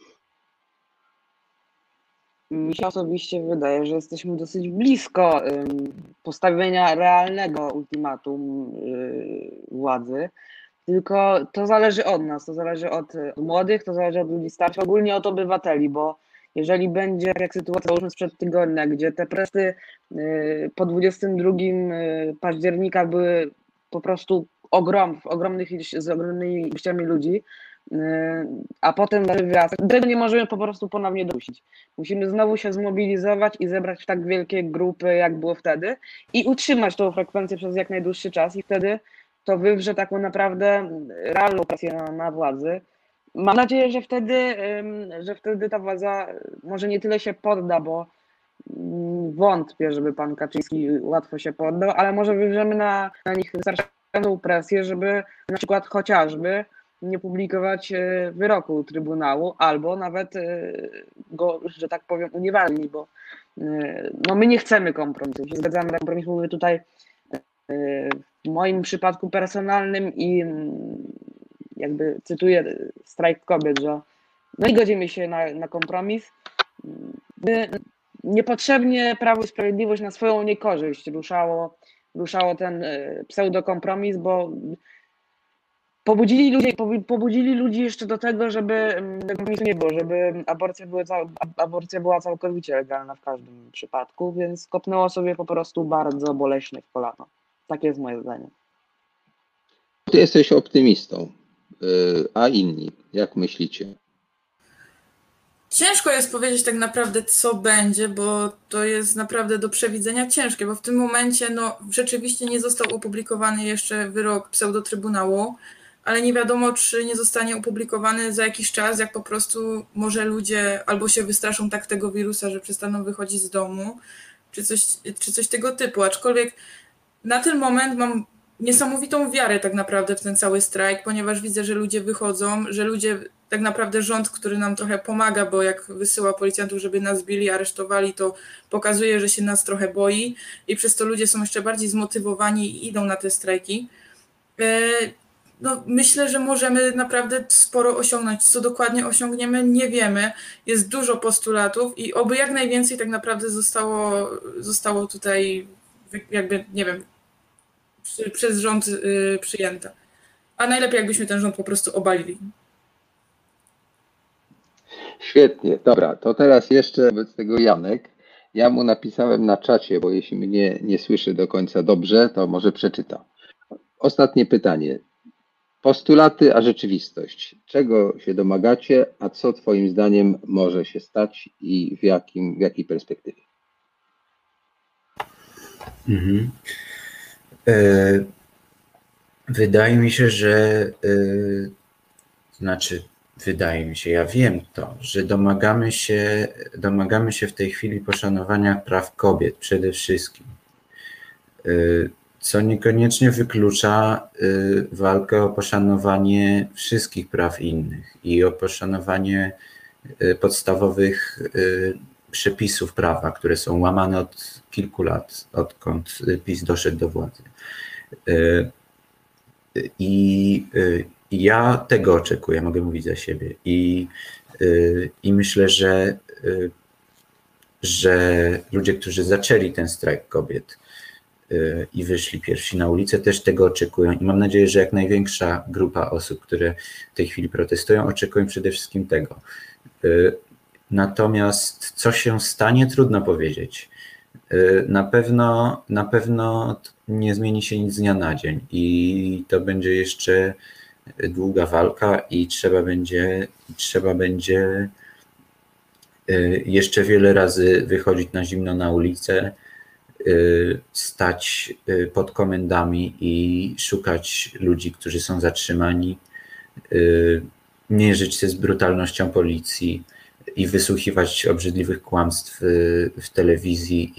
Mi się osobiście wydaje, że jesteśmy dosyć blisko postawienia realnego ultimatum władzy, tylko to zależy od nas, to zależy od młodych, to zależy od ludzi starszych, ogólnie od obywateli, bo jeżeli będzie jak sytuacja załóżmy sprzed tygodnia, gdzie te protesty po 22 października były po prostu z ogromnymi ilościami ludzi, a potem wraca, tego nie możemy po prostu ponownie dopuścić. Musimy znowu się zmobilizować i zebrać tak wielkie grupy, jak było wtedy i utrzymać tą frekwencję przez jak najdłuższy czas i wtedy to wywrze taką naprawdę realną presję na władzy. Mam nadzieję, że wtedy ta władza może nie tyle się podda, bo wątpię, żeby pan Kaczyński łatwo się poddał, ale może wywrzemy na nich wystarczającą presję, żeby na przykład chociażby nie publikować wyroku Trybunału, albo nawet go, że tak powiem, unieważnić, bo no my nie chcemy kompromisu. Się zgadzamy na kompromis, mówię tutaj w moim przypadku personalnym i jakby cytuję strajk kobiet, że no i godzimy się na kompromis. Niepotrzebnie Prawo i Sprawiedliwość na swoją niekorzyść ruszało ten pseudokompromis, bo pobudzili ludzi jeszcze do tego, żeby kompromisu nie było, żeby aborcja była całkowicie legalna w każdym przypadku, więc kopnęło sobie po prostu bardzo boleśnie w kolano. Takie jest moje zdanie. Ty jesteś optymistą, a inni, jak myślicie? Ciężko jest powiedzieć tak naprawdę, co będzie, bo to jest naprawdę do przewidzenia ciężkie, bo w tym momencie rzeczywiście nie został opublikowany jeszcze wyrok pseudotrybunału, ale nie wiadomo, czy nie zostanie opublikowany za jakiś czas, jak po prostu może ludzie albo się wystraszą tak tego wirusa, że przestaną wychodzić z domu, czy coś tego typu. Aczkolwiek na ten moment mam niesamowitą wiarę tak naprawdę w ten cały strajk, ponieważ widzę, że ludzie wychodzą, że ludzie, tak naprawdę rząd, który nam trochę pomaga, bo jak wysyła policjantów, żeby nas bili, aresztowali, to pokazuje, że się nas trochę boi i przez to ludzie są jeszcze bardziej zmotywowani i idą na te strajki. Myślę, że możemy naprawdę sporo osiągnąć. Co dokładnie osiągniemy, nie wiemy. Jest dużo postulatów i oby jak najwięcej tak naprawdę zostało tutaj jakby, nie wiem, przez rząd przyjęte. A najlepiej jakbyśmy ten rząd po prostu obalili. Świetnie, dobra, to teraz jeszcze wobec tego Janek. Ja mu napisałem na czacie, bo jeśli mnie nie słyszy do końca dobrze, to może przeczyta. Ostatnie pytanie. Postulaty, a rzeczywistość. Czego się domagacie, a co twoim zdaniem może się stać i w jakiej perspektywie? Wydaje mi się, że ja wiem to, że domagamy się w tej chwili poszanowania praw kobiet przede wszystkim, co niekoniecznie wyklucza walkę o poszanowanie wszystkich praw innych i o poszanowanie podstawowych przepisów prawa, które są łamane od kilku lat, odkąd PiS doszedł do władzy. I ja tego oczekuję, mogę mówić za siebie. I myślę, że ludzie, którzy zaczęli ten strajk kobiet i wyszli pierwsi na ulicę, też tego oczekują. I mam nadzieję, że jak największa grupa osób, które w tej chwili protestują, oczekują przede wszystkim tego. Natomiast co się stanie, trudno powiedzieć. Na pewno nie zmieni się nic z dnia na dzień i to będzie jeszcze długa walka i trzeba będzie jeszcze wiele razy wychodzić na zimno na ulicę, stać pod komendami i szukać ludzi, którzy są zatrzymani, mierzyć się z brutalnością policji i wysłuchiwać obrzydliwych kłamstw w telewizji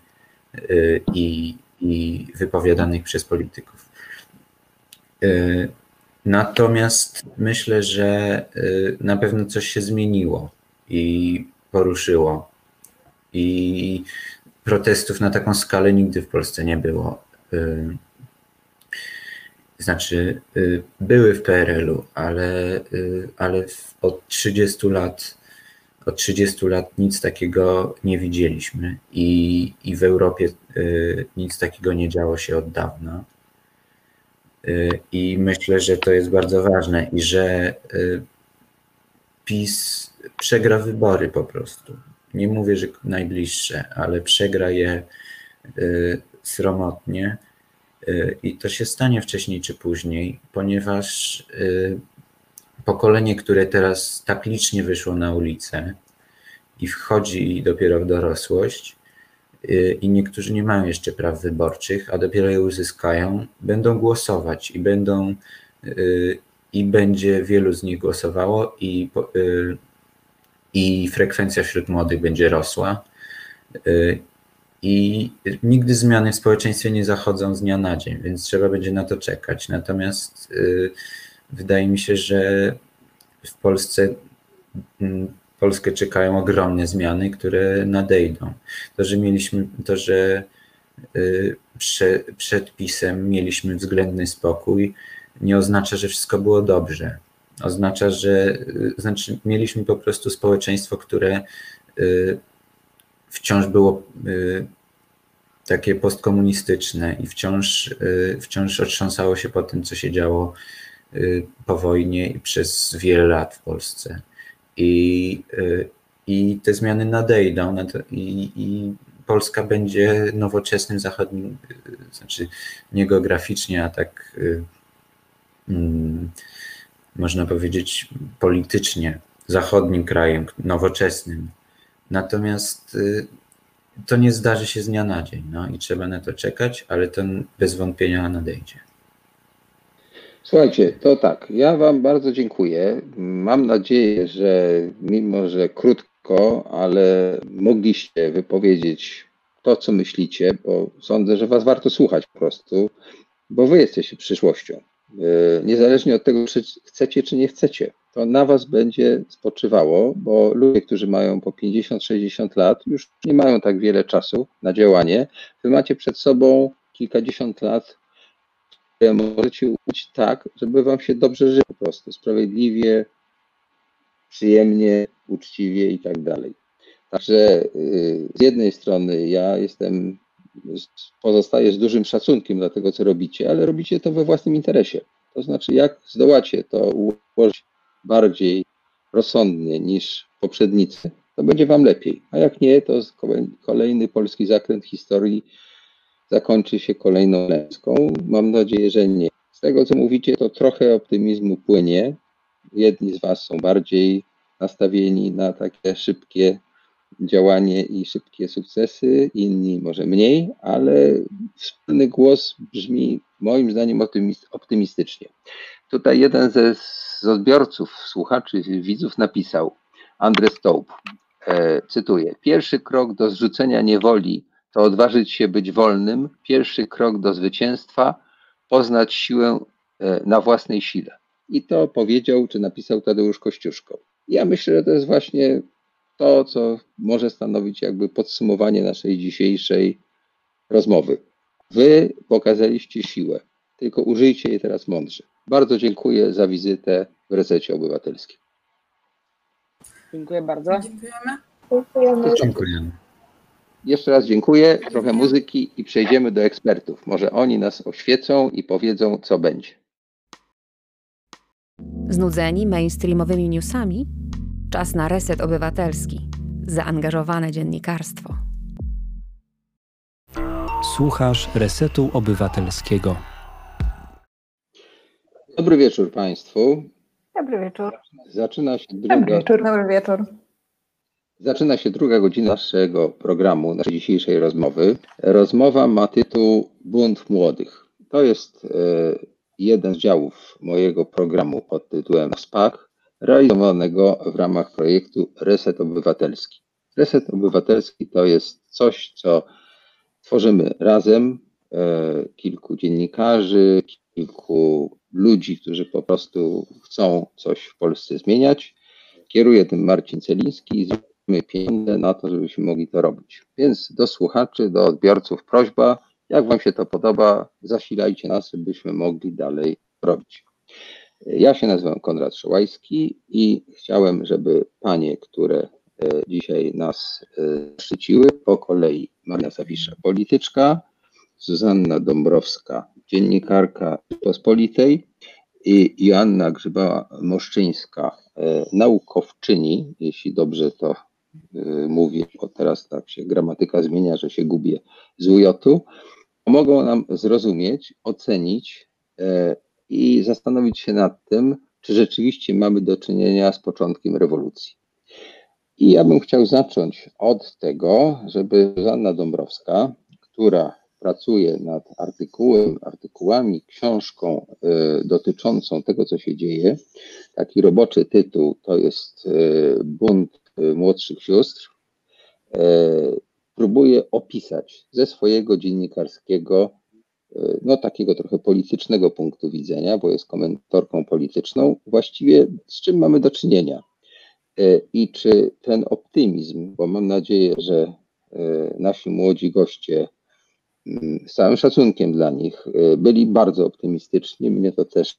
i wypowiadanych przez polityków. Natomiast myślę, że na pewno coś się zmieniło i poruszyło. I protestów na taką skalę nigdy w Polsce nie było. Znaczy, były w PRL-u, ale od 30 lat nic takiego nie widzieliśmy i w Europie nic takiego nie działo się od dawna. I myślę, że to jest bardzo ważne i że PiS przegra wybory po prostu. Nie mówię, że najbliższe, ale przegra je sromotnie i to się stanie wcześniej czy później, ponieważ pokolenie, które teraz tak licznie wyszło na ulicę i wchodzi dopiero w dorosłość i niektórzy nie mają jeszcze praw wyborczych, a dopiero je uzyskają, będą głosować i będzie wielu z nich głosowało i frekwencja wśród młodych będzie rosła i nigdy zmiany w społeczeństwie nie zachodzą z dnia na dzień, więc trzeba będzie na to czekać. Natomiast wydaje mi się, że w Polskę czekają ogromne zmiany, które nadejdą. To, że przed PiS-em mieliśmy względny spokój, nie oznacza, że wszystko było dobrze. Oznacza, że mieliśmy po prostu społeczeństwo, które wciąż było takie postkomunistyczne i wciąż otrząsało się po tym, co się działo po wojnie i przez wiele lat w Polsce. I te zmiany nadejdą i Polska będzie nowoczesnym zachodnim, znaczy nie geograficznie, a tak można powiedzieć politycznie zachodnim krajem, nowoczesnym. Natomiast to nie zdarzy się z dnia na dzień, no i trzeba na to czekać, ale to bez wątpienia nadejdzie. Słuchajcie, to tak, ja Wam bardzo dziękuję. Mam nadzieję, że mimo, że krótko, ale mogliście wypowiedzieć to, co myślicie, bo sądzę, że Was warto słuchać po prostu, bo Wy jesteście przyszłością. Niezależnie od tego, czy chcecie, czy nie chcecie, to na Was będzie spoczywało, bo ludzie, którzy mają po 50-60 lat, już nie mają tak wiele czasu na działanie. Wy macie przed sobą kilkadziesiąt lat, które możecie uczyć tak, żeby Wam się dobrze żyło po prostu, sprawiedliwie, przyjemnie, uczciwie i tak dalej. Także z jednej strony ja pozostaję z dużym szacunkiem dla tego, co robicie, ale robicie to we własnym interesie. To znaczy, jak zdołacie to ułożyć bardziej rozsądnie niż poprzednicy, to będzie Wam lepiej. A jak nie, to kolejny polski zakręt historii zakończy się kolejną klęską. Mam nadzieję, że nie. Z tego, co mówicie, to trochę optymizmu płynie. Jedni z Was są bardziej nastawieni na takie szybkie działanie i szybkie sukcesy, inni może mniej, ale wspólny głos brzmi moim zdaniem optymistycznie. Tutaj jeden z odbiorców, słuchaczy, widzów napisał, Andres Tołp, cytuję, pierwszy krok do zrzucenia niewoli to odważyć się być wolnym, pierwszy krok do zwycięstwa, poznać siłę na własnej sile. I to powiedział, czy napisał Tadeusz Kościuszko. Ja myślę, że to jest właśnie to, co może stanowić jakby podsumowanie naszej dzisiejszej rozmowy. Wy pokazaliście siłę, tylko użyjcie jej teraz mądrze. Bardzo dziękuję za wizytę w Resecie Obywatelskim. Dziękuję bardzo. Dziękujemy. Dziękujemy. Jeszcze raz dziękuję, trochę muzyki i przejdziemy do ekspertów. Może oni nas oświecą i powiedzą, co będzie. Znudzeni mainstreamowymi newsami? Czas na Reset Obywatelski. Zaangażowane dziennikarstwo. Słuchasz Resetu Obywatelskiego. Dobry wieczór Państwu. Dobry wieczór. Dobry wieczór. Zaczyna się druga godzina naszego programu, naszej dzisiejszej rozmowy. Rozmowa ma tytuł Bunt Młodych. To jest jeden z działów mojego programu pod tytułem SPAK, realizowanego w ramach projektu Reset Obywatelski. Reset Obywatelski to jest coś, co tworzymy razem, kilku dziennikarzy, kilku ludzi, którzy po prostu chcą coś w Polsce zmieniać. Kieruje tym Marcin Celiński i zbieramy pieniądze na to, żebyśmy mogli to robić. Więc do słuchaczy, do odbiorców prośba, jak Wam się to podoba, zasilajcie nas, żebyśmy mogli dalej robić. Ja się nazywam Konrad Szołajski i chciałem, żeby panie, które dzisiaj nas szczyciły, po kolei Maria Zawisza, polityczka, Zuzanna Dąbrowska, dziennikarka Rzeczpospolitej i Joanna Grzybała-Moszczyńska, naukowczyni, jeśli dobrze to mówię, bo teraz tak się gramatyka zmienia, że się gubię z UJ-u, pomogą nam zrozumieć, ocenić i zastanowić się nad tym, czy rzeczywiście mamy do czynienia z początkiem rewolucji. I ja bym chciał zacząć od tego, żeby Zuzanna Dąbrowska, która pracuje nad artykułami, książką dotyczącą tego, co się dzieje, taki roboczy tytuł to jest Bunt Młodszych Sióstr, próbuje opisać ze swojego dziennikarskiego, no takiego trochę politycznego punktu widzenia, bo jest komentatorką polityczną, właściwie z czym mamy do czynienia i czy ten optymizm, bo mam nadzieję, że nasi młodzi goście, z całym szacunkiem dla nich, byli bardzo optymistyczni, mnie to też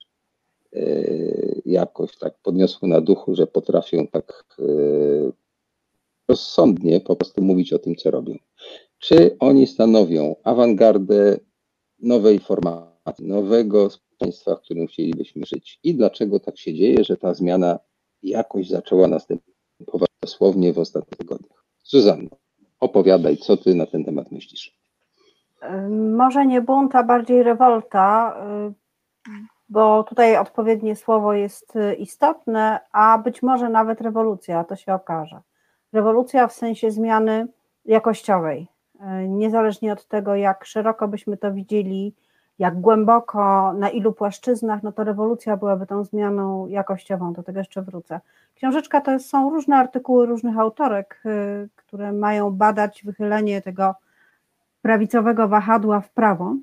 jakoś tak podniosło na duchu, że potrafią tak rozsądnie po prostu mówić o tym, co robią. Czy oni stanowią awangardę nowej formacji, nowego społeczeństwa, w którym chcielibyśmy żyć? I dlaczego tak się dzieje, że ta zmiana jakoś zaczęła następować dosłownie w ostatnich tygodniach? Zuzanno, opowiadaj, co ty na ten temat myślisz? Może nie bunt, a bardziej rewolta. bo tutaj odpowiednie słowo jest istotne, a być może nawet rewolucja, to się okaże. Rewolucja w sensie zmiany jakościowej, niezależnie od tego, jak szeroko byśmy to widzieli, jak głęboko, na ilu płaszczyznach, no to rewolucja byłaby tą zmianą jakościową, do tego jeszcze wrócę. Książeczka to są różne artykuły różnych autorek, które mają badać wychylenie tego prawicowego wahadła w prawo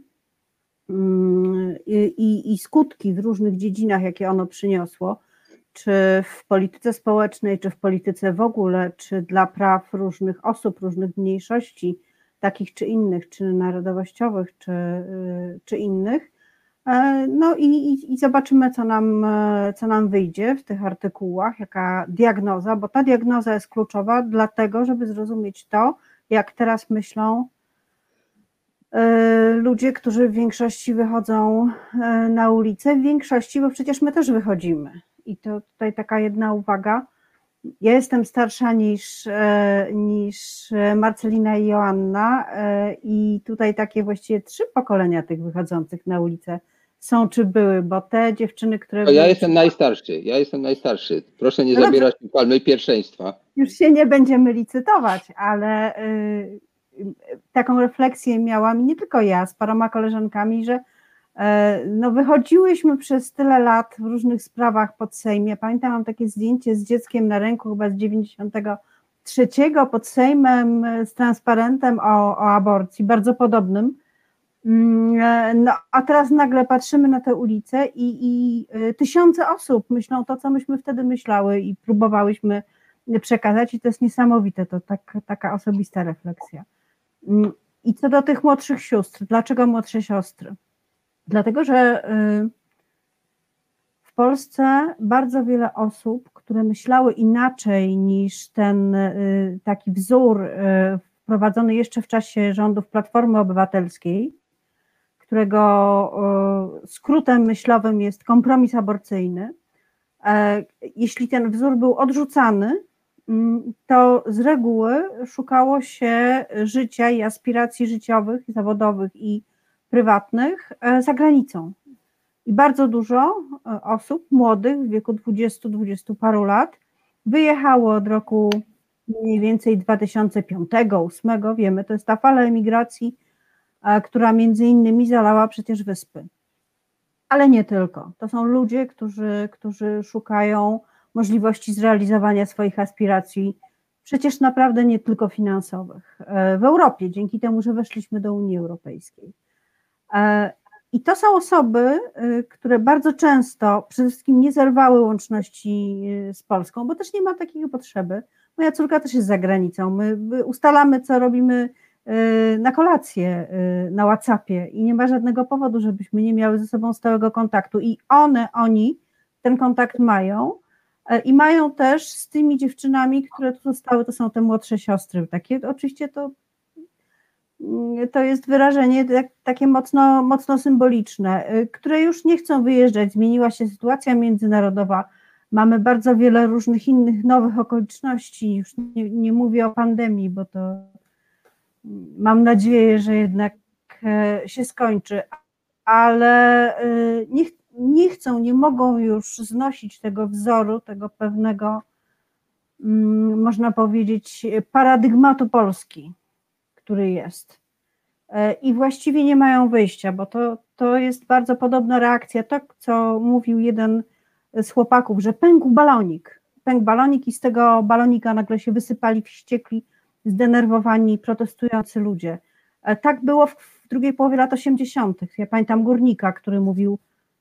i skutki w różnych dziedzinach, jakie ono przyniosło, czy w polityce społecznej, czy w polityce w ogóle, czy dla praw różnych osób, różnych mniejszości, takich czy innych, czy narodowościowych, czy innych. No i zobaczymy, co nam wyjdzie w tych artykułach, jaka diagnoza, bo ta diagnoza jest kluczowa dlatego, żeby zrozumieć to, jak teraz myślą ludzie, którzy w większości wychodzą na ulicę, w większości, bo przecież my też wychodzimy. I to tutaj taka jedna uwaga. Ja jestem starsza niż Marcelina i Joanna i tutaj takie właściwie 3 pokolenia tych wychodzących na ulicę są czy były, bo te dziewczyny, które... Ja jestem najstarszy. Proszę nie zabierać mi palmy pierwszeństwa. Już się nie będziemy licytować, ale taką refleksję miałam i nie tylko ja, z paroma koleżankami, że no wychodziłyśmy przez tyle lat w różnych sprawach pod Sejm. Ja pamiętam, mam takie zdjęcie z dzieckiem na ręku chyba z 93 pod Sejmem z transparentem o aborcji, bardzo podobnym. No, a teraz nagle patrzymy na tę ulicę i tysiące osób myślą to, co myśmy wtedy myślały i próbowałyśmy przekazać i to jest niesamowite, to taka osobista refleksja. I co do tych młodszych sióstr, dlaczego młodsze siostry? Dlatego, że w Polsce bardzo wiele osób, które myślały inaczej niż ten taki wzór wprowadzony jeszcze w czasie rządów Platformy Obywatelskiej, którego skrótem myślowym jest kompromis aborcyjny, jeśli ten wzór był odrzucany, to z reguły szukało się życia i aspiracji życiowych, zawodowych i prywatnych za granicą. I bardzo dużo osób młodych w wieku 20 paru lat wyjechało od roku mniej więcej 2005-2008, wiemy, to jest ta fala emigracji, która między innymi zalała przecież wyspy. Ale nie tylko. To są ludzie, którzy szukają możliwości zrealizowania swoich aspiracji, przecież naprawdę nie tylko finansowych, w Europie, dzięki temu, że weszliśmy do Unii Europejskiej. I to są osoby, które bardzo często przede wszystkim nie zerwały łączności z Polską, bo też nie ma takiej potrzeby. Moja córka też jest za granicą, my ustalamy, co robimy na kolację na WhatsAppie i nie ma żadnego powodu, żebyśmy nie miały ze sobą stałego kontaktu i oni ten kontakt mają i mają też z tymi dziewczynami, które tu zostały, to są te młodsze siostry, takie oczywiście to jest wyrażenie takie mocno symboliczne, które już nie chcą wyjeżdżać, zmieniła się sytuacja międzynarodowa, mamy bardzo wiele różnych innych nowych okoliczności, już nie mówię o pandemii, bo to mam nadzieję, że jednak się skończy, ale nie mogą już znosić tego wzoru, tego pewnego, można powiedzieć, paradygmatu Polski, który jest. I właściwie nie mają wyjścia, bo to jest bardzo podobna reakcja, to co mówił jeden z chłopaków, że pękł balonik i z tego balonika nagle się wysypali wściekli, zdenerwowani, protestujący ludzie. Tak było w drugiej połowie lat 80. Ja pamiętam górnika, który mówił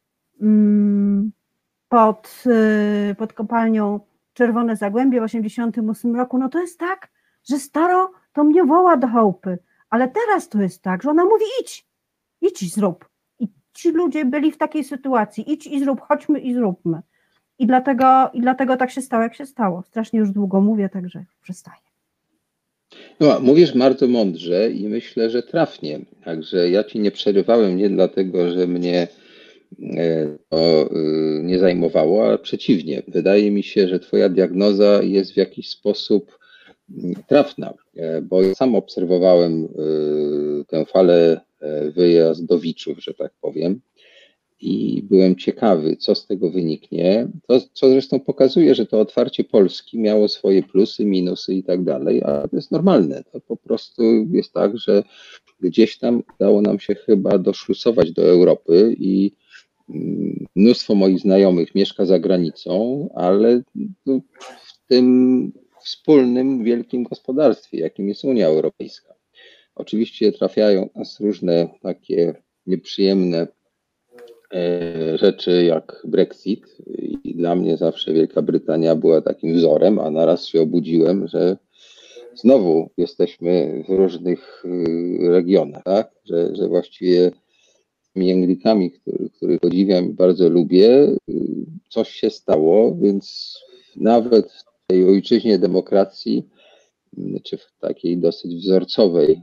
pod kopalnią Czerwone Zagłębie w 88 roku, no to jest tak, że staro to mnie woła do chałupy, ale teraz to jest tak, że ona mówi idź i zrób. I ci ludzie byli w takiej sytuacji, idź i zrób, chodźmy i zróbmy. I dlatego tak się stało, jak się stało. Strasznie już długo mówię, także przestaję. No, mówisz bardzo mądrze i myślę, że trafnie. Także ja ci nie przerywałem nie dlatego, że mnie to nie zajmowało, ale przeciwnie. Wydaje mi się, że twoja diagnoza jest w jakiś sposób trafna, bo ja sam obserwowałem tę falę wyjazdowiczów, że tak powiem. i byłem ciekawy, co z tego wyniknie, to co zresztą pokazuje, że to otwarcie Polski miało swoje plusy, minusy i tak dalej, a to jest normalne. To po prostu jest tak, że gdzieś tam udało nam się chyba doszlusować do Europy i mnóstwo moich znajomych mieszka za granicą, ale w tym wspólnym wielkim gospodarstwie, jakim jest Unia Europejska. Oczywiście trafiają nas różne takie nieprzyjemne rzeczy jak Brexit i dla mnie zawsze Wielka Brytania była takim wzorem, a naraz się obudziłem, że znowu jesteśmy w różnych regionach, tak? Że właściwie tymi Anglikami, których podziwiam i bardzo lubię, coś się stało, więc nawet w tej ojczyźnie demokracji, czy w takiej dosyć wzorcowej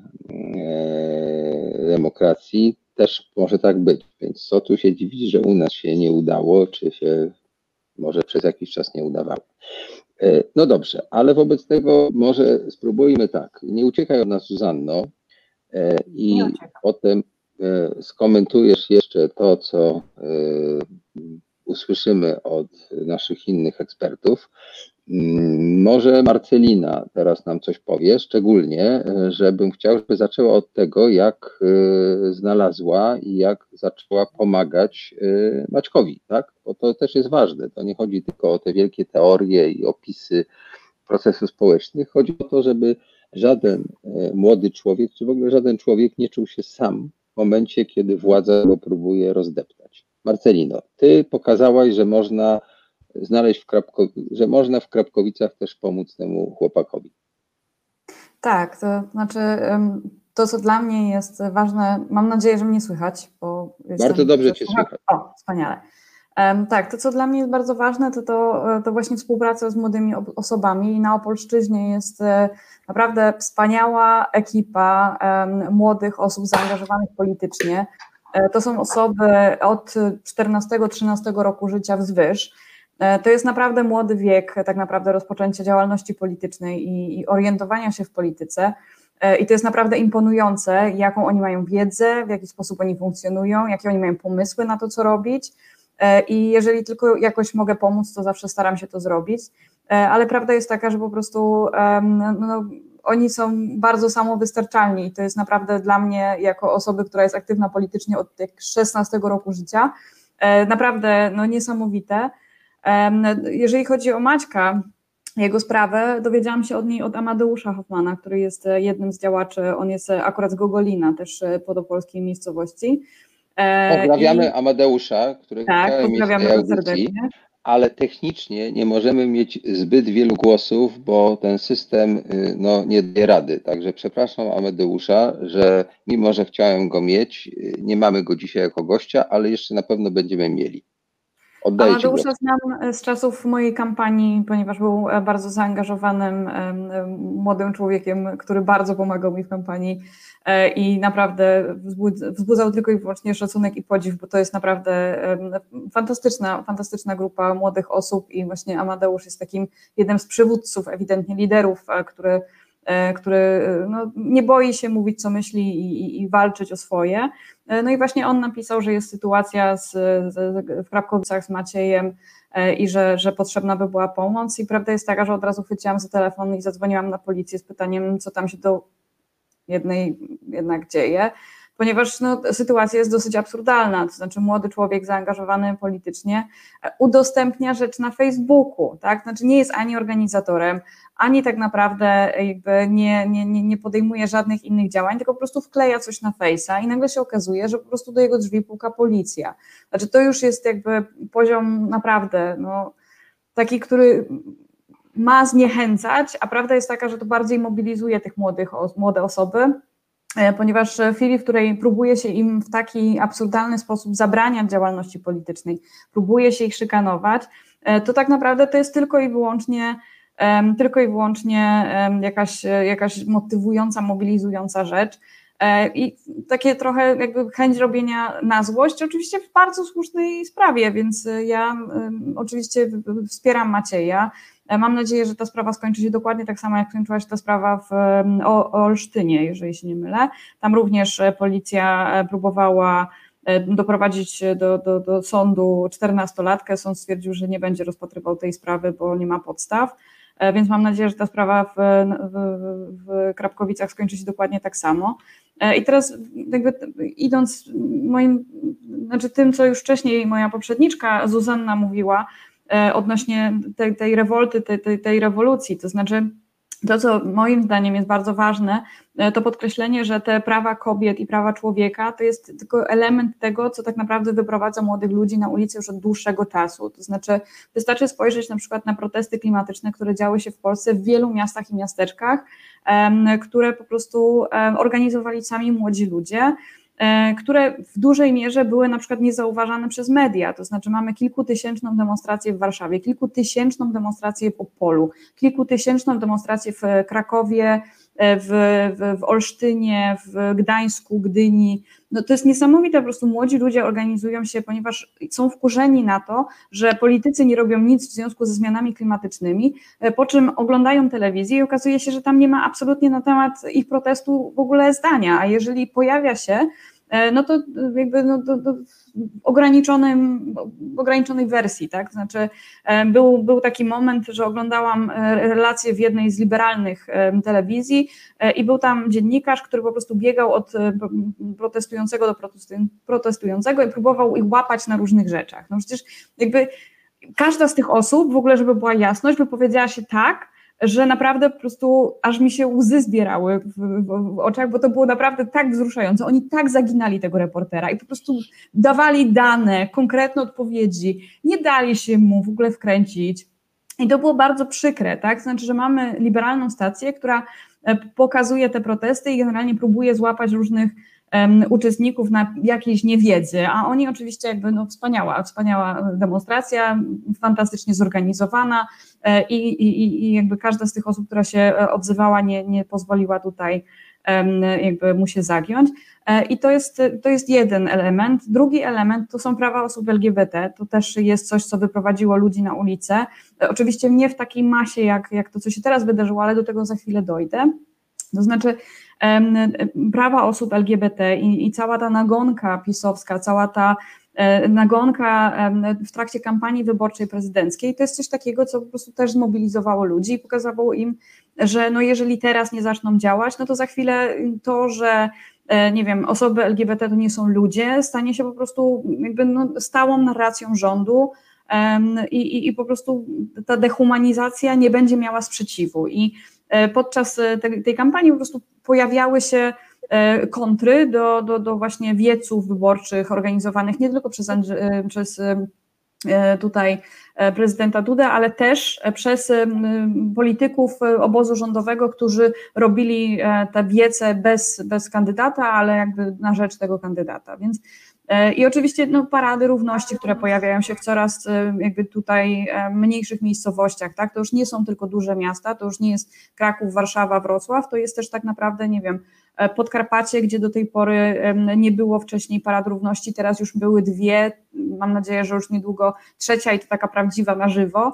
demokracji też może tak być. Więc co tu się dziwić, że u nas się nie udało, czy się może przez jakiś czas nie udawało. No dobrze, ale wobec tego może spróbujmy tak. Nie uciekaj od nas, Zuzanno, i potem skomentujesz jeszcze to, co usłyszymy od naszych innych ekspertów. Może Marcelina teraz nam coś powie, szczególnie, żebym chciał, żeby zaczęła od tego, jak znalazła i jak zaczęła pomagać Maćkowi, tak? Bo to też jest ważne. To nie chodzi tylko o te wielkie teorie i opisy procesów społecznych. Chodzi o to, żeby żaden młody człowiek, czy w ogóle żaden człowiek nie czuł się sam w momencie, kiedy władza go próbuje rozdeptać. Marcelino, ty pokazałaś, że można znaleźć że można w Krapkowicach też pomóc temu chłopakowi. Tak, to znaczy to, co dla mnie jest ważne, mam nadzieję, że mnie słychać, bo bardzo dobrze cię słychać. O, wspaniale. Tak, to co dla mnie jest bardzo ważne, to właśnie współpraca z młodymi osobami i na Opolszczyźnie jest naprawdę wspaniała ekipa młodych osób zaangażowanych politycznie. To są osoby od 14-13 roku życia wzwyż. To jest naprawdę młody wiek, tak naprawdę rozpoczęcia działalności politycznej i orientowania się w polityce. I to jest naprawdę imponujące, jaką oni mają wiedzę, w jaki sposób oni funkcjonują, jakie oni mają pomysły na to, co robić. I jeżeli tylko jakoś mogę pomóc, to zawsze staram się to zrobić. Ale prawda jest taka, że po prostu oni są bardzo samowystarczalni i to jest naprawdę dla mnie, jako osoby, która jest aktywna politycznie od 16 roku życia, naprawdę niesamowite. Jeżeli chodzi o Maćka, jego sprawę, dowiedziałam się od niej od Amadeusza Hoffmana, który jest jednym z działaczy, on jest akurat z Gogolina, też podopolskiej miejscowości. Pozdrawiamy Amadeusza, którego chciałem mieć w tej audycji, serdecznie. Ale technicznie nie możemy mieć zbyt wielu głosów, bo ten system nie daje rady. Także przepraszam Amadeusza, że mimo, że chciałem go mieć, nie mamy go dzisiaj jako gościa, ale jeszcze na pewno będziemy mieli. Amadeusza znam z czasów mojej kampanii, ponieważ był bardzo zaangażowanym młodym człowiekiem, który bardzo pomagał mi w kampanii i naprawdę wzbudzał tylko i wyłącznie szacunek i podziw, bo to jest naprawdę fantastyczna grupa młodych osób i właśnie Amadeusz jest takim jednym z przywódców, ewidentnie liderów, który nie boi się mówić, co myśli i walczyć o swoje. No i właśnie on napisał, że jest sytuacja w Krapkowicach z Maciejem i że potrzebna by była pomoc i prawda jest taka, że od razu chwyciłam za telefon i zadzwoniłam na policję z pytaniem, co tam się do jednej jednak dzieje, ponieważ sytuacja jest dosyć absurdalna, to znaczy młody człowiek zaangażowany politycznie udostępnia rzecz na Facebooku, tak? Znaczy nie jest ani organizatorem, ani tak naprawdę jakby nie podejmuje żadnych innych działań, tylko po prostu wkleja coś na Face'a i nagle się okazuje, że po prostu do jego drzwi puka policja. Znaczy to już jest jakby poziom naprawdę taki, który ma zniechęcać, a prawda jest taka, że to bardziej mobilizuje tych młode osoby, ponieważ w chwili, w której próbuje się im w taki absurdalny sposób zabraniać działalności politycznej, próbuje się ich szykanować, to tak naprawdę to jest tylko i wyłącznie jakaś motywująca, mobilizująca rzecz i takie trochę jakby chęć robienia na złość, oczywiście w bardzo słusznej sprawie, więc ja oczywiście wspieram Macieja. Mam nadzieję, że ta sprawa skończy się dokładnie tak samo, jak skończyła się ta sprawa w Olsztynie, jeżeli się nie mylę. Tam również policja próbowała doprowadzić do sądu 14-latkę. Sąd stwierdził, że nie będzie rozpatrywał tej sprawy, bo nie ma podstaw. Więc mam nadzieję, że ta sprawa w Krapkowicach skończy się dokładnie tak samo. I teraz jakby idąc tym, co już wcześniej moja poprzedniczka Zuzanna mówiła odnośnie tej rewolty, tej rewolucji, to znaczy to, co moim zdaniem jest bardzo ważne, to podkreślenie, że te prawa kobiet i prawa człowieka to jest tylko element tego, co tak naprawdę wyprowadza młodych ludzi na ulicę już od dłuższego czasu. To znaczy wystarczy spojrzeć na przykład na protesty klimatyczne, które działy się w Polsce w wielu miastach i miasteczkach, które po prostu organizowali sami młodzi ludzie, które w dużej mierze były na przykład niezauważane przez media, to znaczy mamy kilkutysięczną demonstrację w Warszawie, kilkutysięczną demonstrację w Opolu, kilkutysięczną demonstrację w Krakowie, w Olsztynie, w Gdańsku, Gdyni. No to jest niesamowite, po prostu młodzi ludzie organizują się, ponieważ są wkurzeni na to, że politycy nie robią nic w związku ze zmianami klimatycznymi, po czym oglądają telewizję i okazuje się, że tam nie ma absolutnie na temat ich protestu w ogóle zdania, a jeżeli pojawia się, no to jakby ograniczonej wersji, tak? Znaczy był taki moment, że oglądałam relację w jednej z liberalnych telewizji i był tam dziennikarz, który po prostu biegał od protestującego do protestującego i próbował ich łapać na różnych rzeczach. No przecież jakby każda z tych osób, w ogóle żeby była jasność, wypowiedziała się tak, że naprawdę po prostu aż mi się łzy zbierały w oczach, bo to było naprawdę tak wzruszające. Oni tak zaginali tego reportera i po prostu dawali dane, konkretne odpowiedzi, nie dali się mu w ogóle wkręcić. I to było bardzo przykre, tak? Znaczy, że mamy liberalną stację, która pokazuje te protesty i generalnie próbuje złapać różnych uczestników na jakiejś niewiedzy, a oni oczywiście jakby wspaniała demonstracja, fantastycznie zorganizowana i jakby każda z tych osób, która się odzywała, nie pozwoliła tutaj jakby mu się zagiąć. I to jest jeden element. Drugi element to są prawa osób LGBT, to też jest coś, co wyprowadziło ludzi na ulicę, oczywiście nie w takiej masie, jak to, co się teraz wydarzyło, ale do tego za chwilę dojdę. To znaczy prawa osób LGBT i cała ta nagonka pisowska, cała ta nagonka w trakcie kampanii wyborczej prezydenckiej, to jest coś takiego, co po prostu też zmobilizowało ludzi i pokazało im, że no jeżeli teraz nie zaczną działać, no to za chwilę to, że nie wiem, osoby LGBT to nie są ludzie, stanie się po prostu jakby stałą narracją rządu i po prostu ta dehumanizacja nie będzie miała sprzeciwu. I podczas tej kampanii po prostu pojawiały się kontry do właśnie wieców wyborczych organizowanych nie tylko przez tutaj prezydenta Dudę, ale też przez polityków obozu rządowego, którzy robili te wiece bez kandydata, ale jakby na rzecz tego kandydata. Więc i oczywiście parady równości, które pojawiają się w coraz jakby tutaj mniejszych miejscowościach, tak? To już nie są tylko duże miasta, to już nie jest Kraków, Warszawa, Wrocław, to jest też tak naprawdę, nie wiem, Podkarpacie, gdzie do tej pory nie było wcześniej parad równości, teraz już były dwie, mam nadzieję, że już niedługo trzecia i to taka prawdziwa na żywo.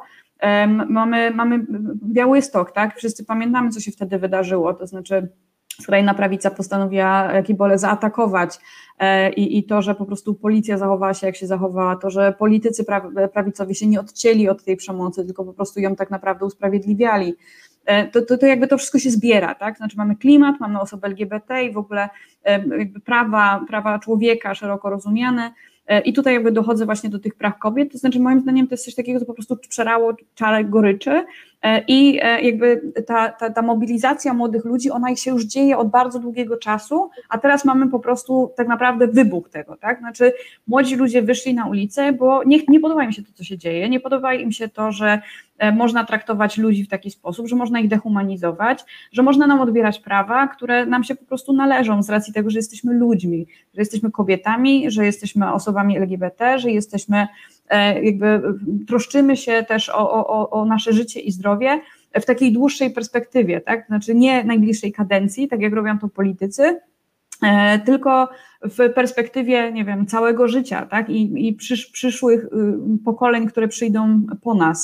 Mamy Białystok, tak? Wszyscy pamiętamy, co się wtedy wydarzyło, to znaczy skrajna prawica postanowiła Kibole zaatakować i to, że po prostu policja zachowała się jak się zachowała, to, że politycy prawicowi się nie odcięli od tej przemocy, tylko po prostu ją tak naprawdę usprawiedliwiali. To jakby to wszystko się zbiera, tak? Znaczy mamy klimat, mamy osoby LGBT i w ogóle jakby prawa człowieka szeroko rozumiane i tutaj jakby dochodzę właśnie do tych praw kobiet, to znaczy moim zdaniem to jest coś takiego, co po prostu przerało czarę goryczy i jakby ta mobilizacja młodych ludzi, ona się już dzieje od bardzo długiego czasu, a teraz mamy po prostu tak naprawdę wybuch tego, tak? Znaczy młodzi ludzie wyszli na ulicę, bo nie podoba im się to, co się dzieje, nie podoba im się to, że można traktować ludzi w taki sposób, że można ich dehumanizować, że można nam odbierać prawa, które nam się po prostu należą z racji tego, że jesteśmy ludźmi, że jesteśmy kobietami, że jesteśmy osobami LGBT, że jesteśmy jakby troszczymy się też o nasze życie i zdrowie w takiej dłuższej perspektywie, tak? Znaczy nie najbliższej kadencji, tak jak robią to politycy, tylko w perspektywie, nie wiem, całego życia, tak? I przyszłych pokoleń, które przyjdą po nas.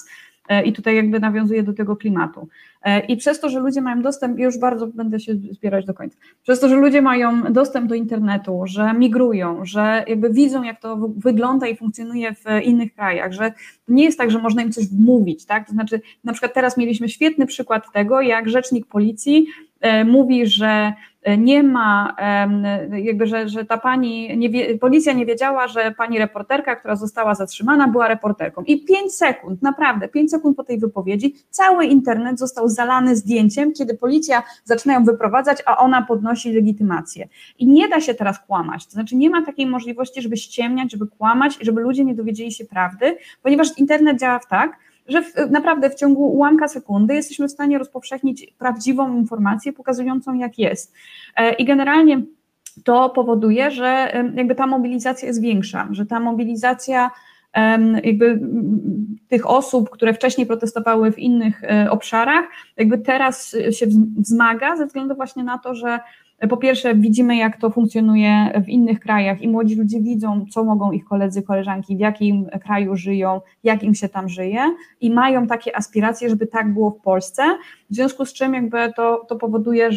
i tutaj jakby nawiązuję do tego klimatu. I przez to, że ludzie mają dostęp, już bardzo będę się zbierać do końca, przez to, że ludzie mają dostęp do internetu, że migrują, że jakby widzą, jak to wygląda i funkcjonuje w innych krajach, że nie jest tak, że można im coś wmówić, tak? To znaczy, na przykład teraz mieliśmy świetny przykład tego, jak rzecznik policji mówi, że nie ma, jakby, że ta pani, policja nie wiedziała, że pani reporterka, która została zatrzymana, była reporterką. I 5 sekund, naprawdę 5 sekund po tej wypowiedzi cały internet został zalany zdjęciem, kiedy policja zaczyna ją wyprowadzać, a ona podnosi legitymację. I nie da się teraz kłamać, to znaczy nie ma takiej możliwości, żeby ściemniać, żeby kłamać, żeby ludzie nie dowiedzieli się prawdy, ponieważ internet działa tak, że naprawdę w ciągu ułamka sekundy jesteśmy w stanie rozpowszechnić prawdziwą informację pokazującą, jak jest. I generalnie to powoduje, że jakby ta mobilizacja jest większa, że ta mobilizacja jakby tych osób, które wcześniej protestowały w innych obszarach, jakby teraz się wzmaga ze względu właśnie na to, że po pierwsze widzimy, jak to funkcjonuje w innych krajach i młodzi ludzie widzą, co mogą ich koledzy, koleżanki, w jakim kraju żyją, jak im się tam żyje i mają takie aspiracje, żeby tak było w Polsce, w związku z czym jakby to powoduje,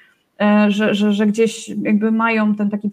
że gdzieś jakby mają ten taki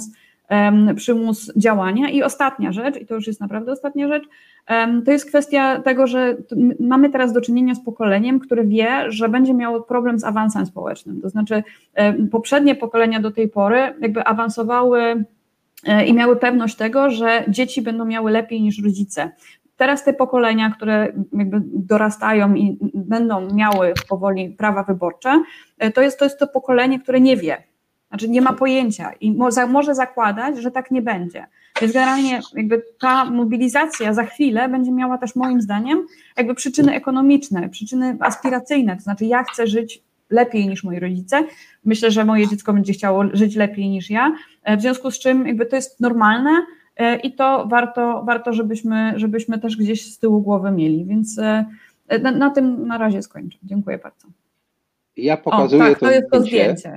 przymus działania. I ostatnia rzecz, i to już jest naprawdę ostatnia rzecz, to jest kwestia tego, że mamy teraz do czynienia z pokoleniem, które wie, że będzie miało problem z awansem społecznym, to znaczy poprzednie pokolenia do tej pory jakby awansowały i miały pewność tego, że dzieci będą miały lepiej niż rodzice. Teraz te pokolenia, które jakby dorastają i będą miały powoli prawa wyborcze, to jest to pokolenie, które nie wie, znaczy nie ma pojęcia i może zakładać, że tak nie będzie. Więc generalnie jakby ta mobilizacja za chwilę będzie miała też moim zdaniem jakby przyczyny ekonomiczne, przyczyny aspiracyjne, to znaczy ja chcę żyć lepiej niż moi rodzice, myślę, że moje dziecko będzie chciało żyć lepiej niż ja, w związku z czym jakby to jest normalne i to warto żebyśmy też gdzieś z tyłu głowy mieli, więc na tym na razie skończę. Dziękuję bardzo. Ja pokazuję to jest to zdjęcie.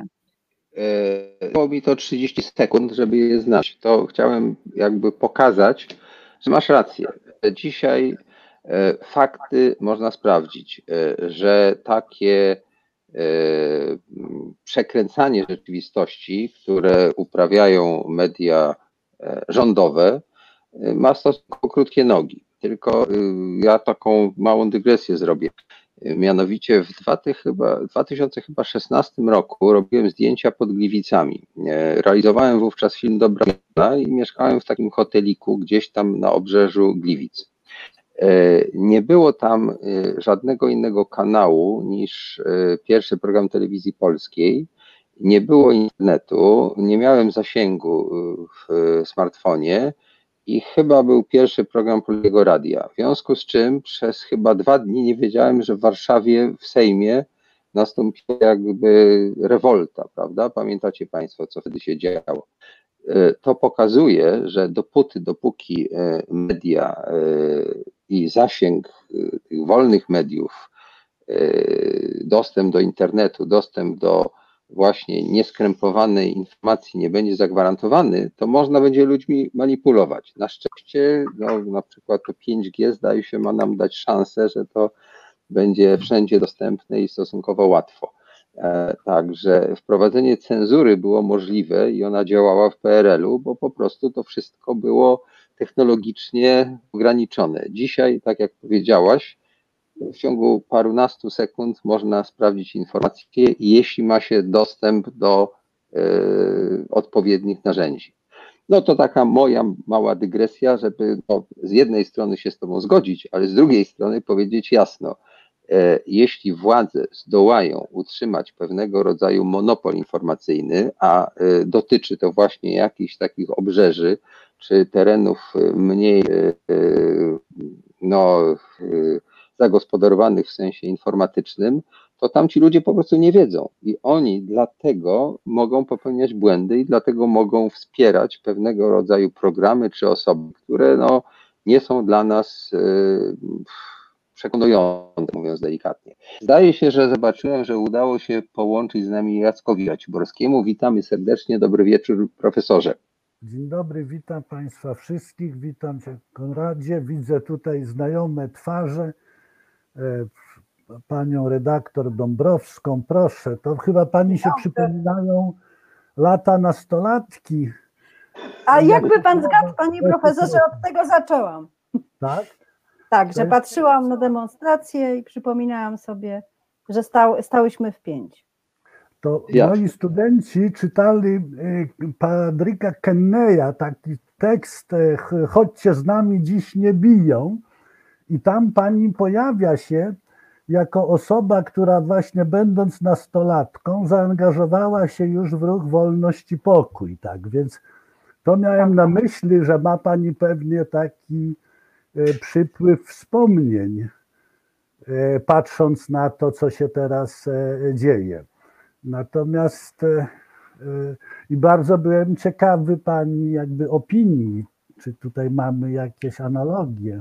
Było mi to 30 sekund, żeby je znać. To chciałem jakby pokazać, że masz rację. Dzisiaj fakty można sprawdzić, że takie przekręcanie rzeczywistości, które uprawiają media rządowe, ma stosunkowo krótkie nogi. Tylko ja taką małą dygresję zrobię. Mianowicie w 2016 roku robiłem zdjęcia pod Gliwicami. Realizowałem wówczas film Dobra Zmiana i mieszkałem w takim hoteliku gdzieś tam na obrzeżu Gliwic. Nie było tam żadnego innego kanału niż pierwszy program telewizji polskiej. Nie było internetu, nie miałem zasięgu w smartfonie i chyba był pierwszy program Polskiego Radia. W związku z czym przez chyba 2 dni nie wiedziałem, że w Warszawie w Sejmie nastąpiła jakby rewolta, prawda? Pamiętacie Państwo, co wtedy się działo. To pokazuje, że dopóki media i zasięg tych wolnych mediów, dostęp do internetu, dostęp do właśnie nieskrępowanej informacji nie będzie zagwarantowany, to można będzie ludźmi manipulować. Na szczęście, na przykład to 5G zdaje się ma nam dać szansę, że to będzie wszędzie dostępne i stosunkowo łatwo. Także wprowadzenie cenzury było możliwe i ona działała w PRL-u, bo po prostu to wszystko było technologicznie ograniczone. Dzisiaj, tak jak powiedziałaś, w ciągu parunastu sekund można sprawdzić informacje, jeśli ma się dostęp do odpowiednich narzędzi. No to taka moja mała dygresja, żeby z jednej strony się z Tobą zgodzić, ale z drugiej strony powiedzieć jasno, jeśli władze zdołają utrzymać pewnego rodzaju monopol informacyjny, a dotyczy to właśnie jakichś takich obrzeży czy terenów mniej zagospodarowanych w sensie informatycznym, to tam ci ludzie po prostu nie wiedzą i oni dlatego mogą popełniać błędy i dlatego mogą wspierać pewnego rodzaju programy czy osoby, które nie są dla nas przekonujące, mówiąc delikatnie. Zdaje się, że zobaczyłem, że udało się połączyć z nami Jackowi Raciborskiemu. Witamy serdecznie, dobry wieczór profesorze. Dzień dobry, witam Państwa wszystkich, witam Cię Konradzie, widzę tutaj znajome twarze, panią redaktor Dąbrowską, proszę, to chyba pani się przypominają lata nastolatki. A jakby pan zgadł, panie profesorze, od tego zaczęłam. Tak? Tak, że patrzyłam na demonstrację i przypominałam sobie, że stałyśmy w 5. To moi studenci czytali Patricka Kenneya, taki tekst "Chodźcie z nami, dziś nie biją", i tam pani pojawia się jako osoba, która właśnie będąc nastolatką zaangażowała się już w ruch Wolność i Pokój. Tak więc to miałem na myśli, że ma pani pewnie taki przypływ wspomnień, patrząc na to, co się teraz dzieje. Natomiast i bardzo byłem ciekawy pani jakby opinii, czy tutaj mamy jakieś analogie.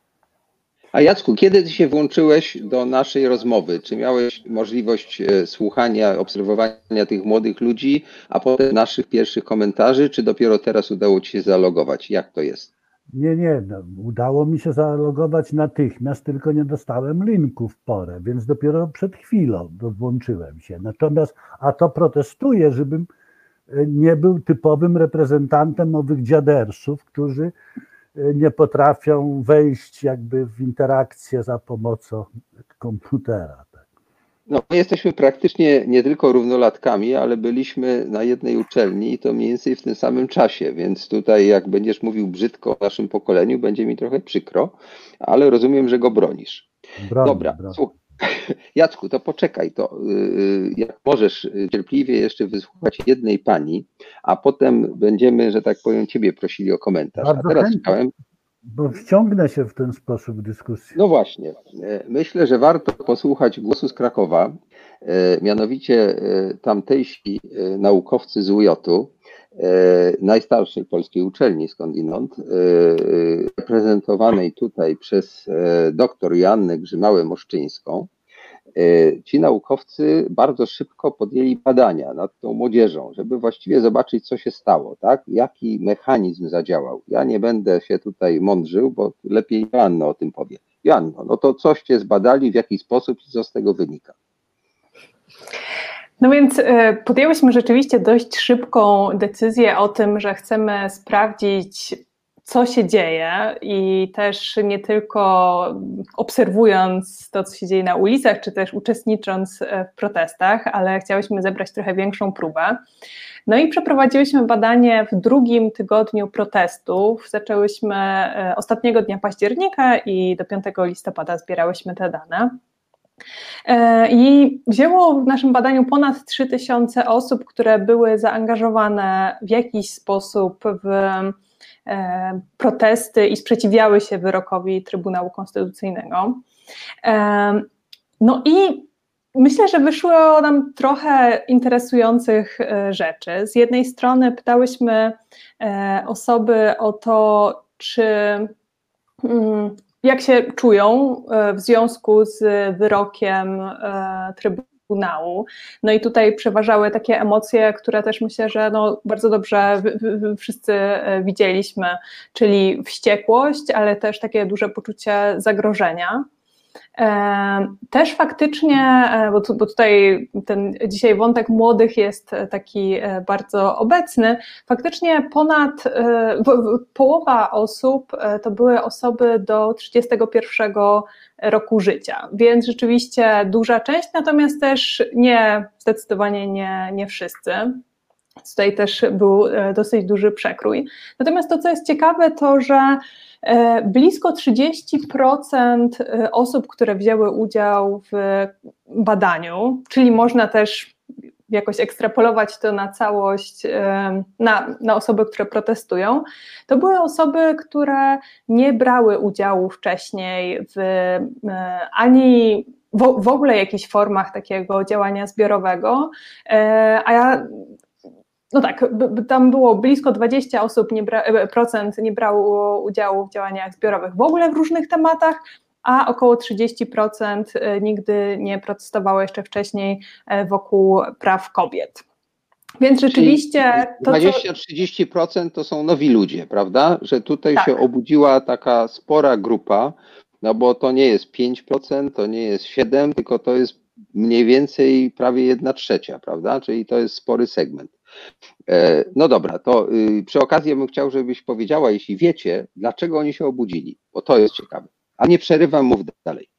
A Jacku, kiedy ty się włączyłeś do naszej rozmowy? Czy miałeś możliwość słuchania, obserwowania tych młodych ludzi, a potem naszych pierwszych komentarzy, czy dopiero teraz udało ci się zalogować? Jak to jest? Nie, no, udało mi się zalogować natychmiast, tylko nie dostałem linku w porę, więc dopiero przed chwilą włączyłem się. Natomiast, a to protestuję, żebym nie był typowym reprezentantem owych dziadersów, którzy nie potrafią wejść jakby w interakcję za pomocą komputera. No, my jesteśmy praktycznie nie tylko równolatkami, ale byliśmy na jednej uczelni i to mniej więcej w tym samym czasie, więc tutaj jak będziesz mówił brzydko o naszym pokoleniu, będzie mi trochę przykro, ale rozumiem, że go bronisz. Dobra, słuchaj, Jacku, to poczekaj, to jak możesz cierpliwie jeszcze wysłuchać jednej pani, a potem będziemy, że tak powiem, ciebie prosili o komentarz. Bardzo a teraz chętnie, chciałem... bo wciągnę się w ten sposób w dyskusję. No właśnie, myślę, że warto posłuchać głosu z Krakowa, mianowicie tamtejsi naukowcy z UJ-u, najstarszej polskiej uczelni skądinąd, reprezentowanej tutaj przez dr Joannę Grzymałę-Moszczyńską. Ci naukowcy bardzo szybko podjęli badania nad tą młodzieżą, żeby właściwie zobaczyć, co się stało, tak? Jaki mechanizm zadziałał. Ja nie będę się tutaj mądrzył, bo lepiej Joanna o tym powie. Joanno, no to coście zbadali, w jaki sposób i co z tego wynika? No więc podjęłyśmy rzeczywiście dość szybką decyzję o tym, że chcemy sprawdzić, co się dzieje i też nie tylko obserwując to, co się dzieje na ulicach, czy też uczestnicząc w protestach, ale chciałyśmy zebrać trochę większą próbę. No i przeprowadziłyśmy badanie w drugim tygodniu protestów. Zaczęłyśmy ostatniego dnia października i do 5 listopada zbierałyśmy te dane. I wzięło w naszym badaniu ponad 3000 osób, które były zaangażowane w jakiś sposób w protesty i sprzeciwiały się wyrokowi Trybunału Konstytucyjnego. No i myślę, że wyszło nam trochę interesujących rzeczy. Z jednej strony pytałyśmy osoby o to, jak się czują w związku z wyrokiem Trybunału. No i tutaj przeważały takie emocje, które też myślę, że no bardzo dobrze wszyscy widzieliśmy, czyli wściekłość, ale też takie duże poczucie zagrożenia. Też faktycznie, bo tutaj ten dzisiaj wątek młodych jest taki bardzo obecny, faktycznie połowa osób to były osoby do 31 roku życia, więc rzeczywiście duża część, natomiast też zdecydowanie nie wszyscy. Tutaj też był dosyć duży przekrój. Natomiast to, co jest ciekawe, to że blisko 30% osób, które wzięły udział w badaniu, czyli można też jakoś ekstrapolować to na całość, na osoby, które protestują, to były osoby, które nie brały udziału wcześniej ani w ogóle jakichś formach takiego działania zbiorowego, no tak, tam było blisko 20 osób procent nie brało udziału w działaniach zbiorowych w ogóle w różnych tematach, a około 30% nigdy nie protestowało jeszcze wcześniej wokół praw kobiet. Więc rzeczywiście... 20-30% to są nowi ludzie, prawda? Że tutaj się obudziła taka spora grupa, No bo to nie jest 5%, to nie jest 7%, tylko to jest mniej więcej prawie 1/3, prawda? Czyli to jest spory segment. No dobra, to przy okazji bym chciał, żebyś powiedziała, jeśli wiecie, dlaczego oni się obudzili, bo to jest ciekawe. A nie przerywam, mów dalej.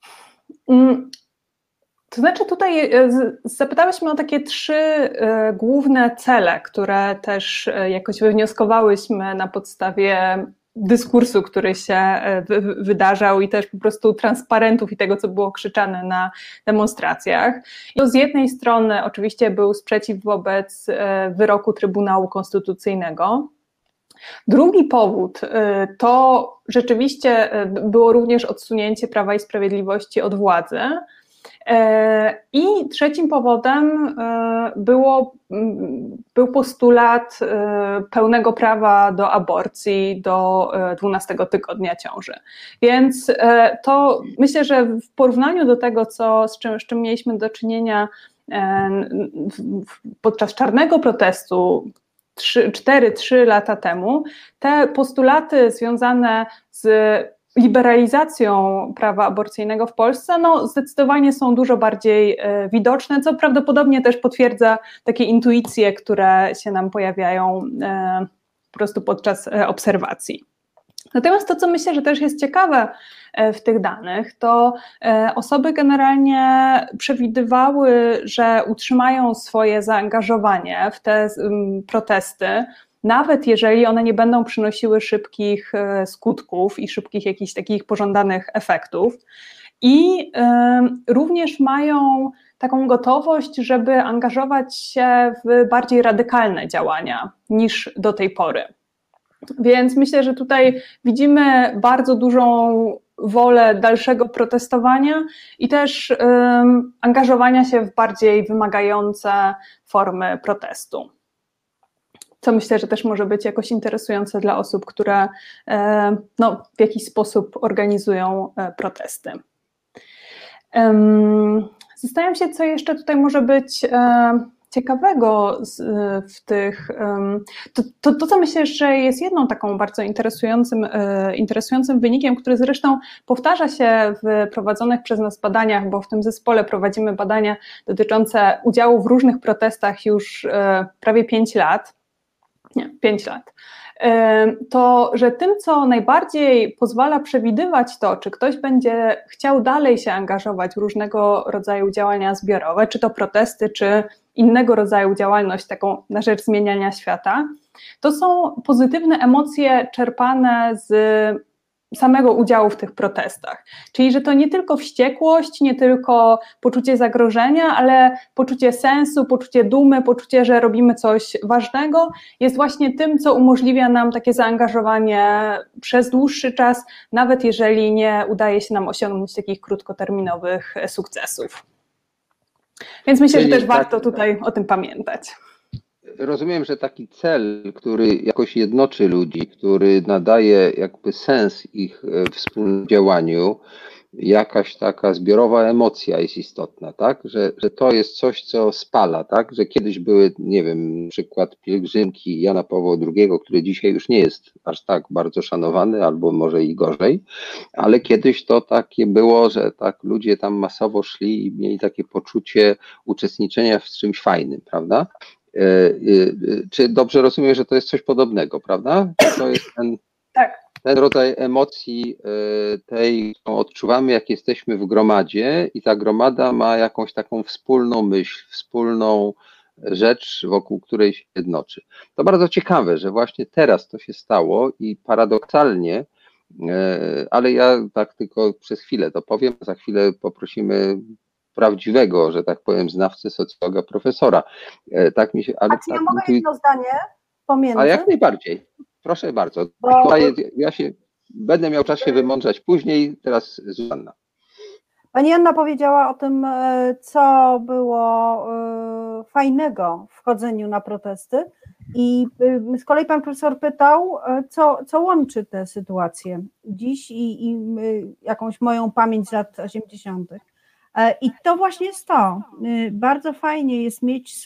To znaczy tutaj zapytałeś mnie o takie 3 główne cele, które też jakoś wywnioskowałyśmy na podstawie dyskursu, który się wydarzał i też po prostu transparentów i tego, co było krzyczane na demonstracjach. I to z jednej strony oczywiście był sprzeciw wobec wyroku Trybunału Konstytucyjnego. Drugi powód to rzeczywiście było również odsunięcie Prawa i Sprawiedliwości od władzy. I trzecim powodem był postulat pełnego prawa do aborcji do 12 tygodnia ciąży. Więc to myślę, że w porównaniu do tego, z czym mieliśmy do czynienia podczas czarnego protestu 3 lata temu, te postulaty związane z liberalizacją prawa aborcyjnego w Polsce, no zdecydowanie są dużo bardziej widoczne, co prawdopodobnie też potwierdza takie intuicje, które się nam pojawiają po prostu podczas obserwacji. Natomiast to, co myślę, że też jest ciekawe w tych danych, to osoby generalnie przewidywały, że utrzymają swoje zaangażowanie w te protesty, nawet jeżeli one nie będą przynosiły szybkich skutków i szybkich jakichś takich pożądanych efektów. I również mają taką gotowość, żeby angażować się w bardziej radykalne działania niż do tej pory. Więc myślę, że tutaj widzimy bardzo dużą wolę dalszego protestowania i też angażowania się w bardziej wymagające formy protestu. Co myślę, że też może być jakoś interesujące dla osób, które w jakiś sposób organizują protesty. Zastanawiam się, co jeszcze tutaj może być ciekawego w tych... To, co myślę, że jest jedną taką bardzo interesującym wynikiem, który zresztą powtarza się w prowadzonych przez nas badaniach, bo w tym zespole prowadzimy badania dotyczące udziału w różnych protestach już prawie 5 lat. Nie, 5 lat. To, że tym, co najbardziej pozwala przewidywać to, czy ktoś będzie chciał dalej się angażować w różnego rodzaju działania zbiorowe, czy to protesty, czy innego rodzaju działalność taką na rzecz zmieniania świata, to są pozytywne emocje czerpane z samego udziału w tych protestach. Czyli, że to nie tylko wściekłość, nie tylko poczucie zagrożenia, ale poczucie sensu, poczucie dumy, poczucie, że robimy coś ważnego, jest właśnie tym, co umożliwia nam takie zaangażowanie przez dłuższy czas, nawet jeżeli nie udaje się nam osiągnąć takich krótkoterminowych sukcesów. Więc myślę, że też warto tutaj o tym pamiętać. Rozumiem, że taki cel, który jakoś jednoczy ludzi, który nadaje jakby sens ich współdziałaniu, jakaś taka zbiorowa emocja jest istotna, tak? Że to jest coś, co spala, tak? Że kiedyś były, nie wiem, przykład pielgrzymki Jana Pawła II, który dzisiaj już nie jest aż tak bardzo szanowany, albo może i gorzej, ale kiedyś to takie było, że tak ludzie tam masowo szli i mieli takie poczucie uczestniczenia w czymś fajnym, prawda? Czy dobrze rozumiem, że to jest coś podobnego, prawda? To jest ten rodzaj emocji, którą odczuwamy, jak jesteśmy w gromadzie i ta gromada ma jakąś taką wspólną myśl, wspólną rzecz, wokół której się jednoczy. To bardzo ciekawe, że właśnie teraz to się stało i paradoksalnie, ale ja tak tylko przez chwilę to powiem, za chwilę poprosimy prawdziwego, że tak powiem, znawcy, socjologa, profesora. Tak mi się, ale ja mogę jedno zdanie pomiędzy? A jak najbardziej. Proszę bardzo. Ja się będę miał czas się wymądrzać później, teraz Zuzanna. Pani Anna powiedziała o tym, co było fajnego w chodzeniu na protesty i z kolei pan profesor pytał, co łączy te sytuacje dziś i jakąś moją pamięć z lat 80. I to właśnie jest to. Bardzo fajnie jest mieć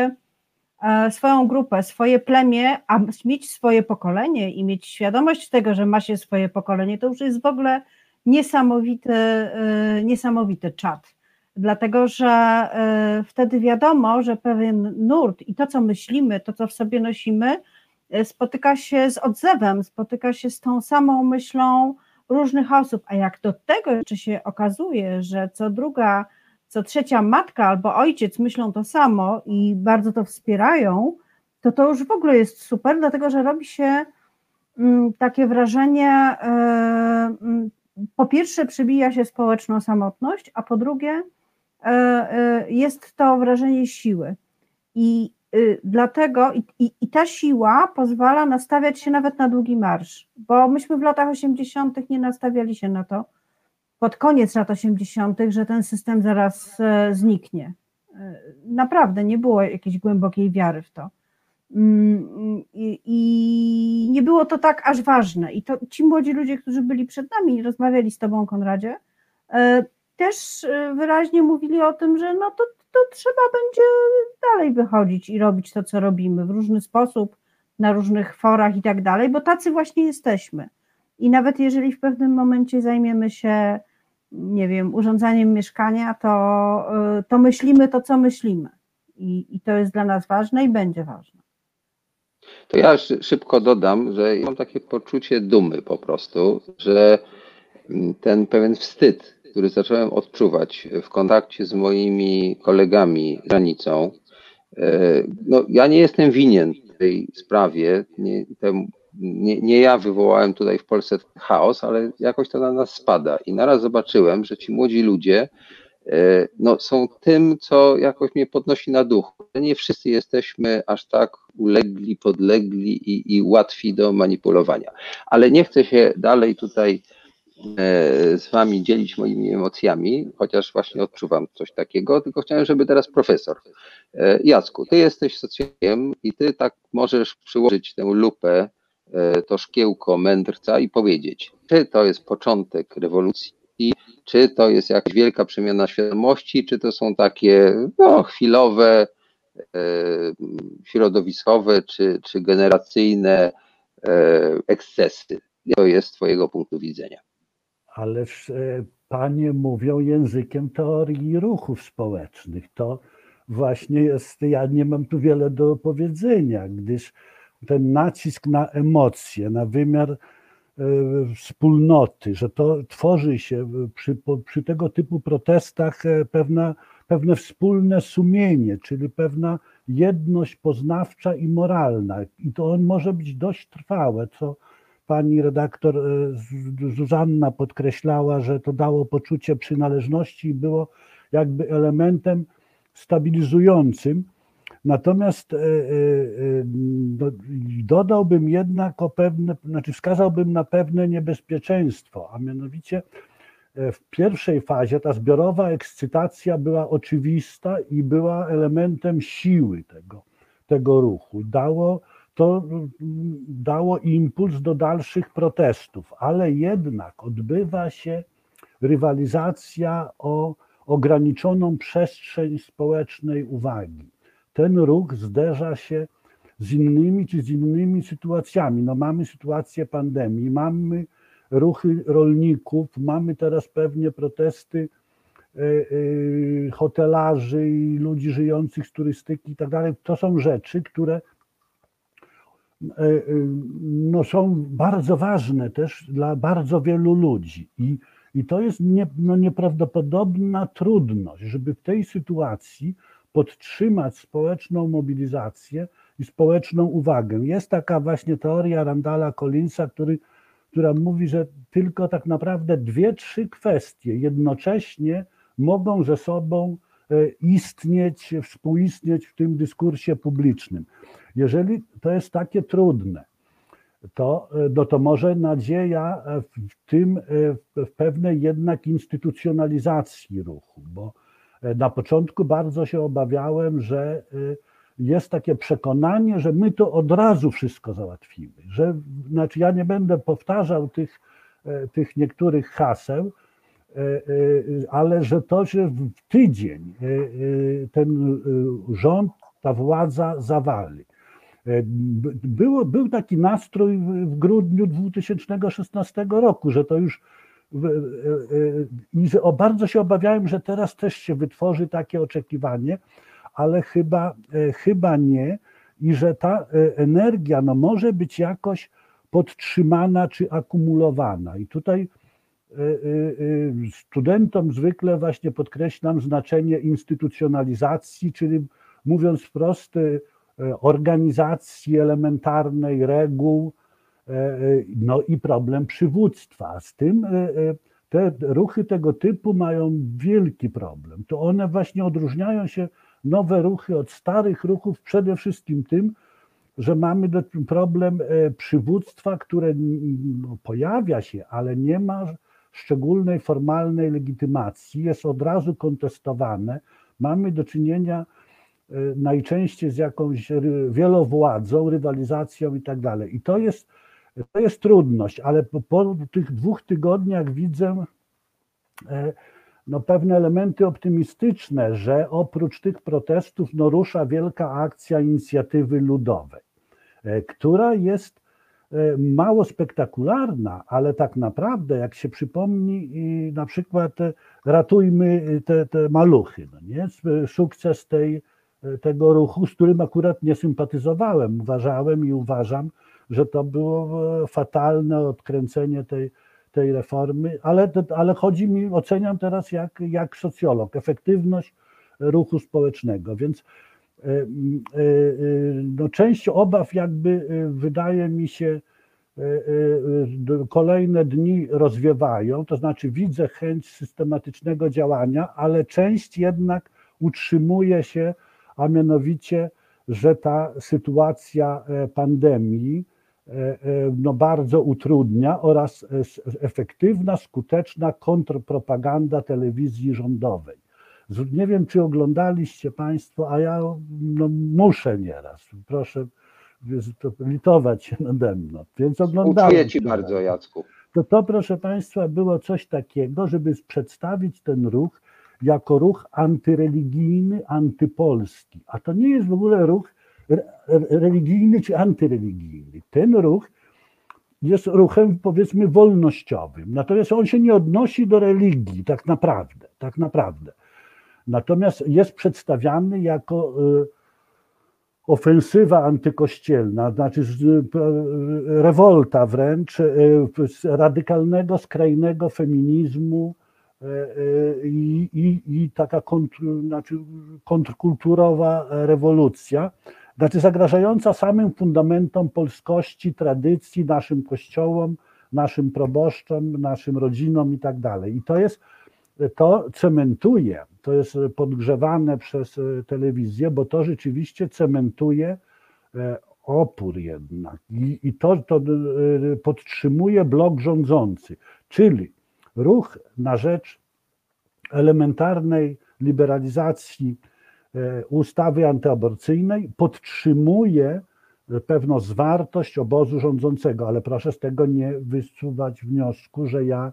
swoją grupę, swoje plemię, a mieć swoje pokolenie i mieć świadomość tego, że ma się swoje pokolenie, to już jest w ogóle niesamowity czat, dlatego że wtedy wiadomo, że pewien nurt i to, co myślimy, to, co w sobie nosimy, spotyka się z odzewem, spotyka się z tą samą myślą różnych osób, a jak do tego jeszcze się okazuje, że co druga, co trzecia matka albo ojciec myślą to samo i bardzo to wspierają, to już w ogóle jest super, dlatego że robi się takie wrażenie, po pierwsze przebija się społeczną samotność, a po drugie jest to wrażenie siły i dlatego i ta siła pozwala nastawiać się nawet na długi marsz, bo myśmy w latach 80. nie nastawiali się na to, pod koniec lat 80., że ten system zaraz zniknie. Naprawdę nie było jakiejś głębokiej wiary w to. I nie było to tak aż ważne. I to ci młodzi ludzie, którzy byli przed nami, rozmawiali z tobą, Konradzie, też wyraźnie mówili o tym, że no to trzeba będzie dalej wychodzić i robić to, co robimy w różny sposób, na różnych forach i tak dalej, bo tacy właśnie jesteśmy. I nawet jeżeli w pewnym momencie zajmiemy się, nie wiem, urządzaniem mieszkania, to myślimy to, co myślimy. I to jest dla nas ważne i będzie ważne. To ja szybko dodam, że mam takie poczucie dumy po prostu, że ten pewien wstyd, który zacząłem odczuwać w kontakcie z moimi kolegami za granicą, no ja nie jestem winien w tej sprawie, nie ja wywołałem tutaj w Polsce chaos, ale jakoś to na nas spada i naraz zobaczyłem, że ci młodzi ludzie no, są tym, co jakoś mnie podnosi na duchu. Nie wszyscy jesteśmy aż tak ulegli, podlegli i łatwi do manipulowania. Ale nie chcę się dalej tutaj z wami dzielić moimi emocjami, chociaż właśnie odczuwam coś takiego, tylko chciałem, żeby teraz profesor. Jacku, ty jesteś socjologiem i ty tak możesz przyłożyć tę lupę, to szkiełko mędrca i powiedzieć, czy to jest początek rewolucji, czy to jest jakaś wielka przemiana świadomości, czy to są takie no, chwilowe, środowiskowe, czy generacyjne ekscesy. To jest z twojego punktu widzenia. Ależ panie mówią językiem teorii ruchów społecznych. To właśnie jest, ja nie mam tu wiele do powiedzenia, gdyż ten nacisk na emocje, na wymiar wspólnoty, że to tworzy się przy tego typu protestach pewne wspólne sumienie, czyli pewna jedność poznawcza i moralna. I to on może być dość trwałe, co pani redaktor Zuzanna podkreślała, że to dało poczucie przynależności i było jakby elementem stabilizującym. Natomiast dodałbym jednak wskazałbym na pewne niebezpieczeństwo, a mianowicie w pierwszej fazie ta zbiorowa ekscytacja była oczywista i była elementem siły tego ruchu. Dało impuls do dalszych protestów, ale jednak odbywa się rywalizacja o ograniczoną przestrzeń społecznej uwagi. Ten ruch zderza się z innymi sytuacjami. No mamy sytuację pandemii, mamy ruchy rolników, mamy teraz pewnie protesty hotelarzy i ludzi żyjących z turystyki i tak dalej. To są rzeczy, które no, są bardzo ważne też dla bardzo wielu ludzi. I to jest nieprawdopodobna trudność, żeby w tej sytuacji podtrzymać społeczną mobilizację i społeczną uwagę. Jest taka właśnie teoria Randalla Collinsa, która mówi, że tylko tak naprawdę 2-3 kwestie jednocześnie mogą ze sobą współistnieć w tym dyskursie publicznym. Jeżeli to jest takie trudne, to może nadzieja w pewnej jednak instytucjonalizacji ruchu, bo na początku bardzo się obawiałem, że jest takie przekonanie, że my to od razu wszystko załatwimy. Znaczy ja nie będę powtarzał tych niektórych haseł, ale że to się w tydzień ten rząd, ta władza zawali. Był taki nastrój w grudniu 2016 roku, że to już i że bardzo się obawiałem, że teraz też się wytworzy takie oczekiwanie, ale chyba nie i że ta energia no, może być jakoś podtrzymana czy akumulowana. I tutaj studentom zwykle właśnie podkreślam znaczenie instytucjonalizacji, czyli mówiąc wprost, organizacji elementarnej, reguł, no i problem przywództwa. Z tym te ruchy tego typu mają wielki problem. To one właśnie odróżniają się, nowe ruchy, od starych ruchów przede wszystkim tym, że mamy problem przywództwa, które pojawia się, ale nie ma szczególnej formalnej legitymacji, jest od razu kontestowane. Mamy do czynienia najczęściej z jakąś wielowładzą, rywalizacją i tak dalej. I to jest trudność, ale po tych 2 tygodniach widzę no, pewne elementy optymistyczne, że oprócz tych protestów no, rusza wielka akcja inicjatywy ludowej, która jest mało spektakularna, ale tak naprawdę, jak się przypomni, na przykład ratujmy te maluchy, no nie? Sukces tego ruchu, z którym akurat nie sympatyzowałem, uważałem i uważam, że to było fatalne odkręcenie tej reformy, ale chodzi mi, oceniam teraz jak socjolog, efektywność ruchu społecznego, więc no, część obaw jakby wydaje mi się kolejne dni rozwiewają, to znaczy widzę chęć systematycznego działania, ale część jednak utrzymuje się, a mianowicie, że ta sytuacja pandemii no, bardzo utrudnia oraz efektywna, skuteczna kontrpropaganda telewizji rządowej. Nie wiem, czy oglądaliście Państwo, a ja no, muszę nieraz, proszę litować się nade mną, więc oglądałem. Dziękuję Ci bardzo, Jacku. To, proszę Państwa, było coś takiego, żeby przedstawić ten ruch jako ruch antyreligijny, antypolski. A to nie jest w ogóle ruch religijny czy antyreligijny. Ten ruch jest ruchem, powiedzmy, wolnościowym. Natomiast on się nie odnosi do religii, tak naprawdę. Natomiast jest przedstawiany jako ofensywa antykościelna, znaczy rewolta wręcz radykalnego, skrajnego feminizmu i taka kontrkulturowa rewolucja, znaczy zagrażająca samym fundamentom polskości, tradycji, naszym kościołom, naszym proboszczom, naszym rodzinom i tak dalej. I to cementuje, to jest podgrzewane przez telewizję, bo to rzeczywiście cementuje opór jednak i to podtrzymuje blok rządzący, czyli ruch na rzecz elementarnej liberalizacji ustawy antyaborcyjnej podtrzymuje pewną zwartość obozu rządzącego, ale proszę z tego nie wysuwać wniosku, że ja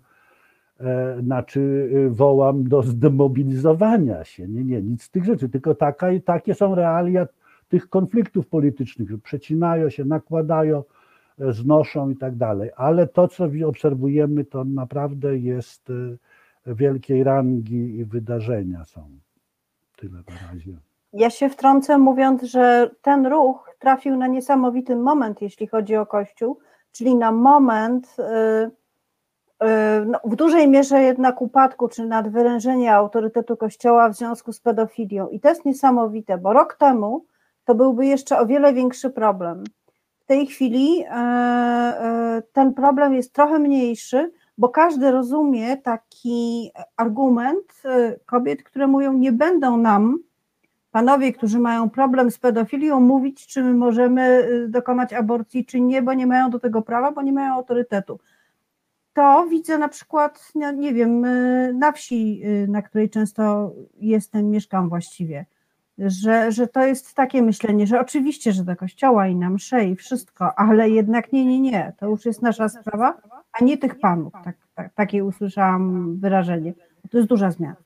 wołam do zdemobilizowania się. Nie, nic z tych rzeczy, tylko takie są realia tych konfliktów politycznych, że przecinają się, nakładają, znoszą i tak dalej. Ale to, co obserwujemy, to naprawdę jest wielkiej rangi i wydarzenia są. Tyle na razie. Ja się wtrącę, mówiąc, że ten ruch trafił na niesamowity moment, jeśli chodzi o Kościół, czyli na moment no, w dużej mierze jednak upadku czy nadwyrężenia autorytetu Kościoła w związku z pedofilią. I to jest niesamowite, bo rok temu to byłby jeszcze o wiele większy problem. W tej chwili ten problem jest trochę mniejszy, bo każdy rozumie taki argument kobiet, które mówią, nie będą nam panowie, którzy mają problem z pedofilią, mówić, czy my możemy dokonać aborcji, czy nie, bo nie mają do tego prawa, bo nie mają autorytetu. To widzę na przykład, nie wiem, na wsi, na której często jestem, mieszkam właściwie, że to jest takie myślenie, że oczywiście, że do kościoła i na mszę i wszystko, ale jednak nie, to już jest nasza sprawa, a nie tych panów. Takie usłyszałam wyrażenie. To jest duża zmiana.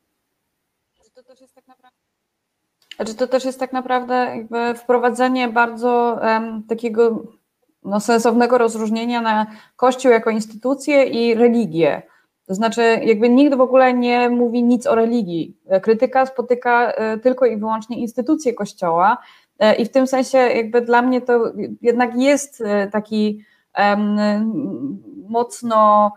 To też jest tak naprawdę jakby wprowadzenie bardzo takiego sensownego rozróżnienia na Kościół jako instytucję i religię. To znaczy jakby nikt w ogóle nie mówi nic o religii. Krytyka spotyka tylko i wyłącznie instytucje Kościoła i w tym sensie jakby dla mnie to jednak jest taki mocno,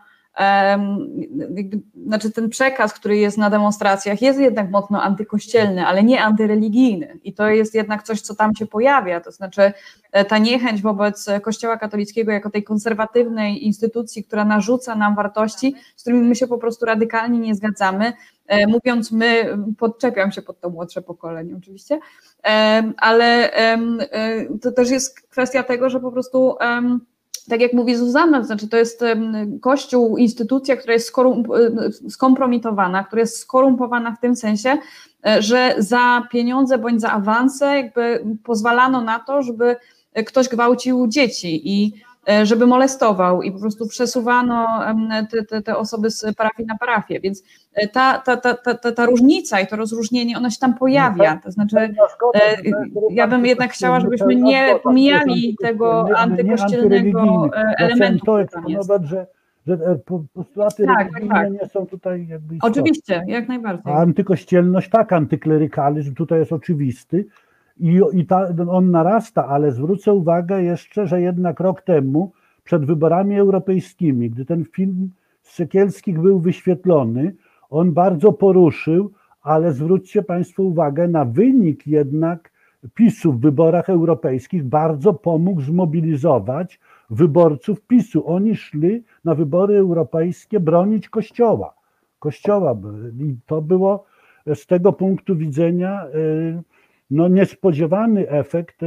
znaczy ten przekaz, który jest na demonstracjach, jest jednak mocno antykościelny, ale nie antyreligijny i to jest jednak coś, co tam się pojawia, to znaczy ta niechęć wobec Kościoła katolickiego jako tej konserwatywnej instytucji, która narzuca nam wartości, z którymi my się po prostu radykalnie nie zgadzamy. Mówiąc my, podczepiam się pod to młodsze pokolenie oczywiście, ale to też jest kwestia tego, że po prostu tak jak mówi Zuzanna, to znaczy to jest Kościół, instytucja, która jest skompromitowana, która jest skorumpowana w tym sensie, że za pieniądze bądź za awanse jakby pozwalano na to, żeby ktoś gwałcił dzieci i żeby molestował i po prostu przesuwano te osoby z parafii na parafię, więc ta różnica i to rozróżnienie, ono się tam pojawia, to znaczy ja bym jednak chciała, żebyśmy nie pomijali tego antykościelnego elementu. To eksponować, że postulaty religijne nie są tutaj jakby istotne. Oczywiście, jak najbardziej. A antykościelność tak, antyklerykalizm tutaj jest oczywisty i on narasta, ale zwrócę uwagę jeszcze, że jednak rok temu przed wyborami europejskimi, gdy ten film z Sekielskich był wyświetlony, on bardzo poruszył, ale zwróćcie Państwo uwagę na wynik jednak PiS-u w wyborach europejskich, bardzo pomógł zmobilizować wyborców PiS-u. Oni szli na wybory europejskie bronić Kościoła. I to było z tego punktu widzenia niespodziewany efekt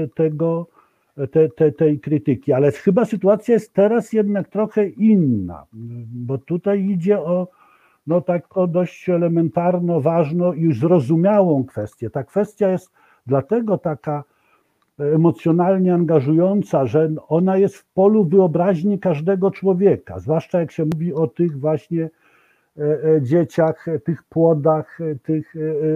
tej krytyki, ale chyba sytuacja jest teraz jednak trochę inna, bo tutaj idzie o taką dość elementarno, ważną i już zrozumiałą kwestię. Ta kwestia jest dlatego taka emocjonalnie angażująca, że ona jest w polu wyobraźni każdego człowieka, zwłaszcza jak się mówi o tych właśnie dzieciach, tych płodach, tych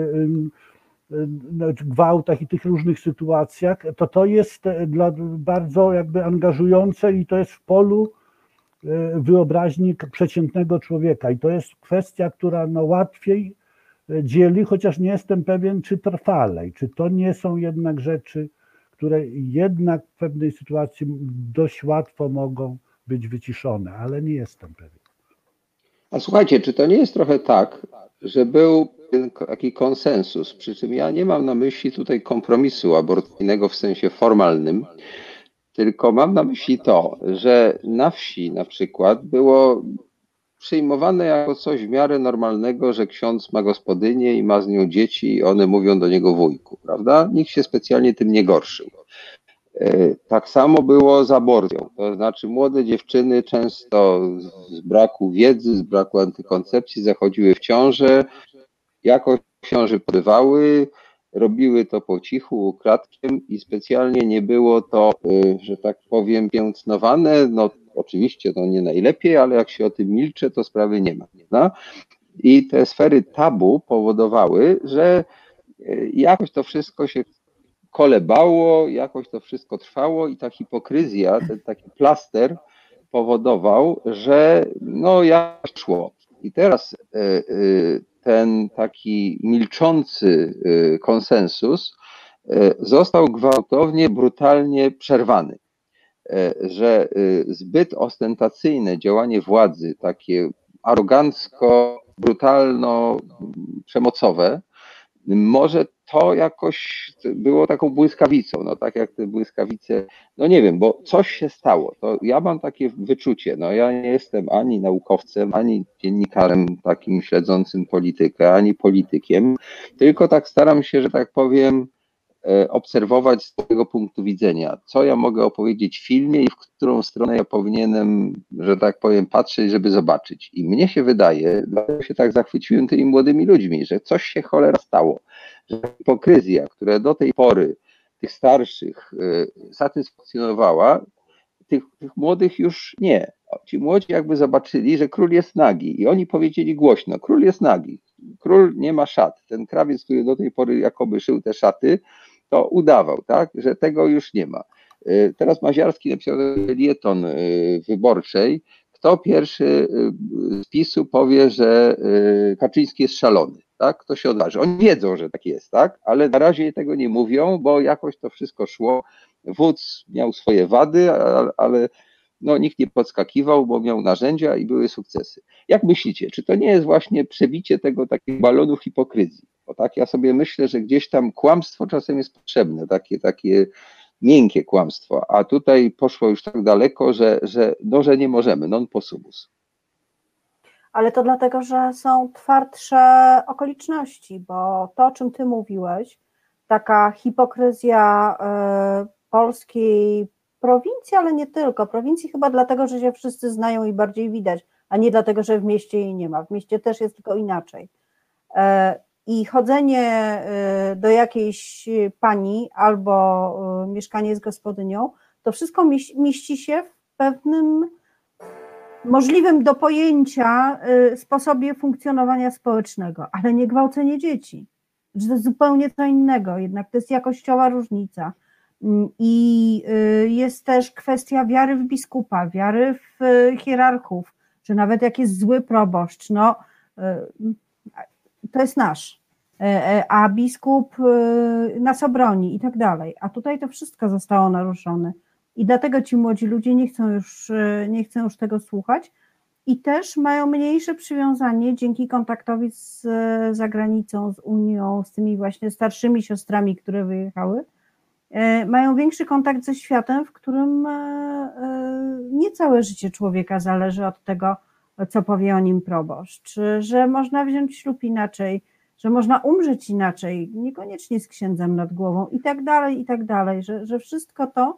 gwałtach i tych różnych sytuacjach, to jest bardzo jakby angażujące i to jest w polu wyobraźni przeciętnego człowieka i to jest kwestia, która łatwiej dzieli, chociaż nie jestem pewien, czy trwale, czy to nie są jednak rzeczy, które jednak w pewnej sytuacji dość łatwo mogą być wyciszone, ale nie jestem pewien. A słuchajcie, czy to nie jest trochę tak, że był taki konsensus, przy czym ja nie mam na myśli tutaj kompromisu aborcyjnego w sensie formalnym, tylko mam na myśli to, że na wsi na przykład było przyjmowane jako coś w miarę normalnego, że ksiądz ma gospodynię i ma z nią dzieci i one mówią do niego wujku, prawda? Nikt się specjalnie tym nie gorszył. Tak samo było z aborcją, to znaczy młode dziewczyny często z braku wiedzy, z braku antykoncepcji zachodziły w ciążę, jakoś ciąży porywały, robiły to po cichu, ukradkiem i specjalnie nie było to, że tak powiem, piętnowane. Oczywiście to nie najlepiej, ale jak się o tym milczy, to sprawy nie ma. No? I te sfery tabu powodowały, że jakoś to wszystko się kolebało, jakoś to wszystko trwało i ta hipokryzja, ten taki plaster powodował, że jak szło. I teraz ten taki milczący konsensus został gwałtownie, brutalnie przerwany, że zbyt ostentacyjne działanie władzy, takie arogancko, brutalno, przemocowe, może to jakoś było taką błyskawicą, tak jak te błyskawice, nie wiem, bo coś się stało, to ja mam takie wyczucie, ja nie jestem ani naukowcem, ani dziennikarzem takim śledzącym politykę, ani politykiem, tylko tak staram się, że tak powiem, obserwować z tego punktu widzenia, co ja mogę opowiedzieć w filmie i w którą stronę ja powinienem, że tak powiem, patrzeć, żeby zobaczyć. I mnie się wydaje, dlatego się tak zachwyciłem tymi młodymi ludźmi, że coś się cholera stało, że hipokryzja, która do tej pory tych starszych satysfakcjonowała, tych młodych już nie. Ci młodzi jakby zobaczyli, że król jest nagi i oni powiedzieli głośno, król jest nagi, król nie ma szat. Ten krawiec, który do tej pory jakoby szył te szaty, to udawał, tak, że tego już nie ma. Teraz Maziarski napisał felieton Wyborczej, kto pierwszy z PiS-u powie, że Kaczyński jest szalony, tak? Kto się odważy. Oni wiedzą, że tak jest, tak? Ale na razie tego nie mówią, bo jakoś to wszystko szło. Wódz miał swoje wady, ale no, nikt nie podskakiwał, bo miał narzędzia i były sukcesy. Jak myślicie, czy to nie jest właśnie przebicie tego takiego balonu hipokryzji? Bo tak ja sobie myślę, że gdzieś tam kłamstwo czasem jest potrzebne, takie miękkie kłamstwo, a tutaj poszło już tak daleko, że nie możemy, non possumus. Ale to dlatego, że są twardsze okoliczności, bo to, o czym ty mówiłeś, taka hipokryzja polskiej prowincji, ale nie tylko, prowincji chyba dlatego, że się wszyscy znają i bardziej widać, a nie dlatego, że w mieście jej nie ma, w mieście też jest tylko inaczej. I chodzenie do jakiejś pani albo mieszkanie z gospodynią, to wszystko mieści się w pewnym możliwym do pojęcia sposobie funkcjonowania społecznego, ale nie gwałcenie dzieci. To jest zupełnie co innego, jednak to jest jakościowa różnica. I jest też kwestia wiary w biskupa, wiary w hierarchów, że nawet jak jest zły proboszcz, no to jest nasz, a biskup nas obroni i tak dalej. A tutaj to wszystko zostało naruszone. I dlatego ci młodzi ludzie nie chcą już tego słuchać i też mają mniejsze przywiązanie dzięki kontaktowi z zagranicą, z Unią, z tymi właśnie starszymi siostrami, które wyjechały, mają większy kontakt ze światem, w którym nie całe życie człowieka zależy od tego, co powie o nim proboszcz, że można wziąć ślub inaczej, że można umrzeć inaczej, niekoniecznie z księdzem nad głową i tak dalej, że wszystko to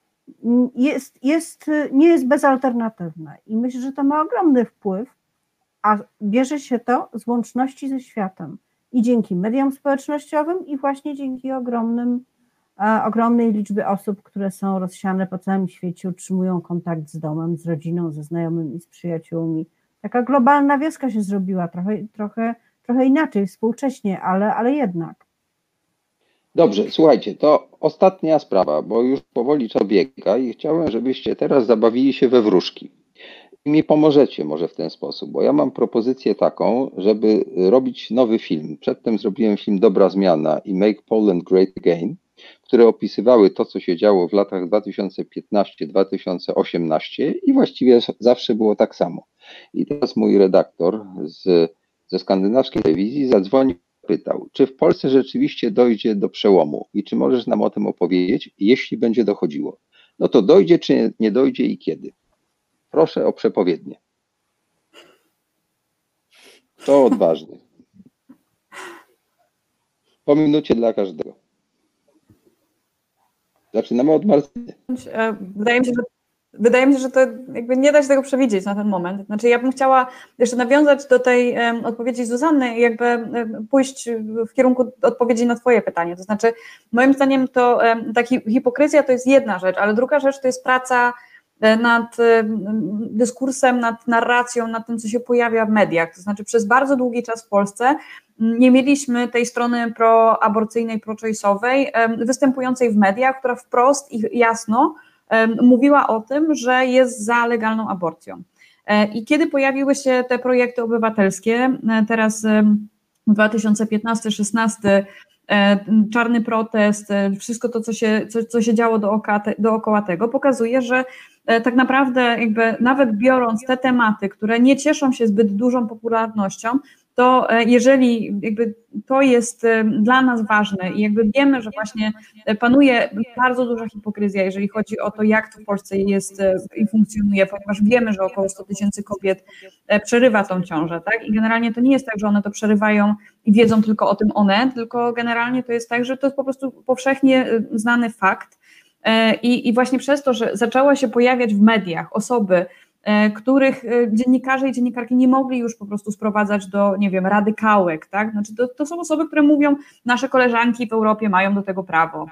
nie jest bezalternatywne i myślę, że to ma ogromny wpływ, a bierze się to z łączności ze światem i dzięki mediom społecznościowym i właśnie dzięki ogromnej liczby osób, które są rozsiane po całym świecie, utrzymują kontakt z domem, z rodziną, ze znajomymi, z przyjaciółmi. Taka globalna wioska się zrobiła, trochę inaczej, współcześnie, ale jednak. Dobrze, słuchajcie, to ostatnia sprawa, bo już powoli czas biega i chciałem, żebyście teraz zabawili się we wróżki. I mi pomożecie może w ten sposób, bo ja mam propozycję taką, żeby robić nowy film. Przedtem zrobiłem film Dobra Zmiana i Make Poland Great Again, które opisywały to, co się działo w latach 2015-2018 i właściwie zawsze było tak samo. I teraz mój redaktor ze skandynawskiej telewizji zadzwonił i pytał, czy w Polsce rzeczywiście dojdzie do przełomu i czy możesz nam o tym opowiedzieć, jeśli będzie dochodziło. No to dojdzie, czy nie dojdzie i kiedy? Proszę o przepowiednie. To odważny. Po minucie dla każdego. Zaczynamy od Martyny. Wydaje mi się, że to jakby nie da się tego przewidzieć na ten moment. Znaczy ja bym chciała jeszcze nawiązać do tej odpowiedzi Zuzanny i jakby pójść w kierunku odpowiedzi na twoje pytanie. To znaczy moim zdaniem to taki hipokryzja to jest jedna rzecz, ale druga rzecz to jest praca nad dyskursem, nad narracją, nad tym, co się pojawia w mediach. To znaczy przez bardzo długi czas w Polsce nie mieliśmy tej strony proaborcyjnej, pro-choice'owej występującej w mediach, która wprost i jasno mówiła o tym, że jest za legalną aborcją. I kiedy pojawiły się te projekty obywatelskie, teraz 2015-16, czarny protest, wszystko to, co się działo dookoła tego, pokazuje, że tak naprawdę jakby nawet biorąc te tematy, które nie cieszą się zbyt dużą popularnością, to jeżeli jakby to jest dla nas ważne i jakby wiemy, że właśnie panuje bardzo duża hipokryzja, jeżeli chodzi o to, jak to w Polsce jest i funkcjonuje, ponieważ wiemy, że około 100 000 kobiet przerywa tą ciążę, tak? I generalnie to nie jest tak, że one to przerywają i wiedzą tylko o tym one, tylko generalnie to jest tak, że to jest po prostu powszechnie znany fakt i właśnie przez to, że zaczęła się pojawiać w mediach osoby, których dziennikarze i dziennikarki nie mogli już po prostu sprowadzać do, nie wiem, radykałek, tak? Znaczy to są osoby, które mówią, nasze koleżanki w Europie mają do tego prawo.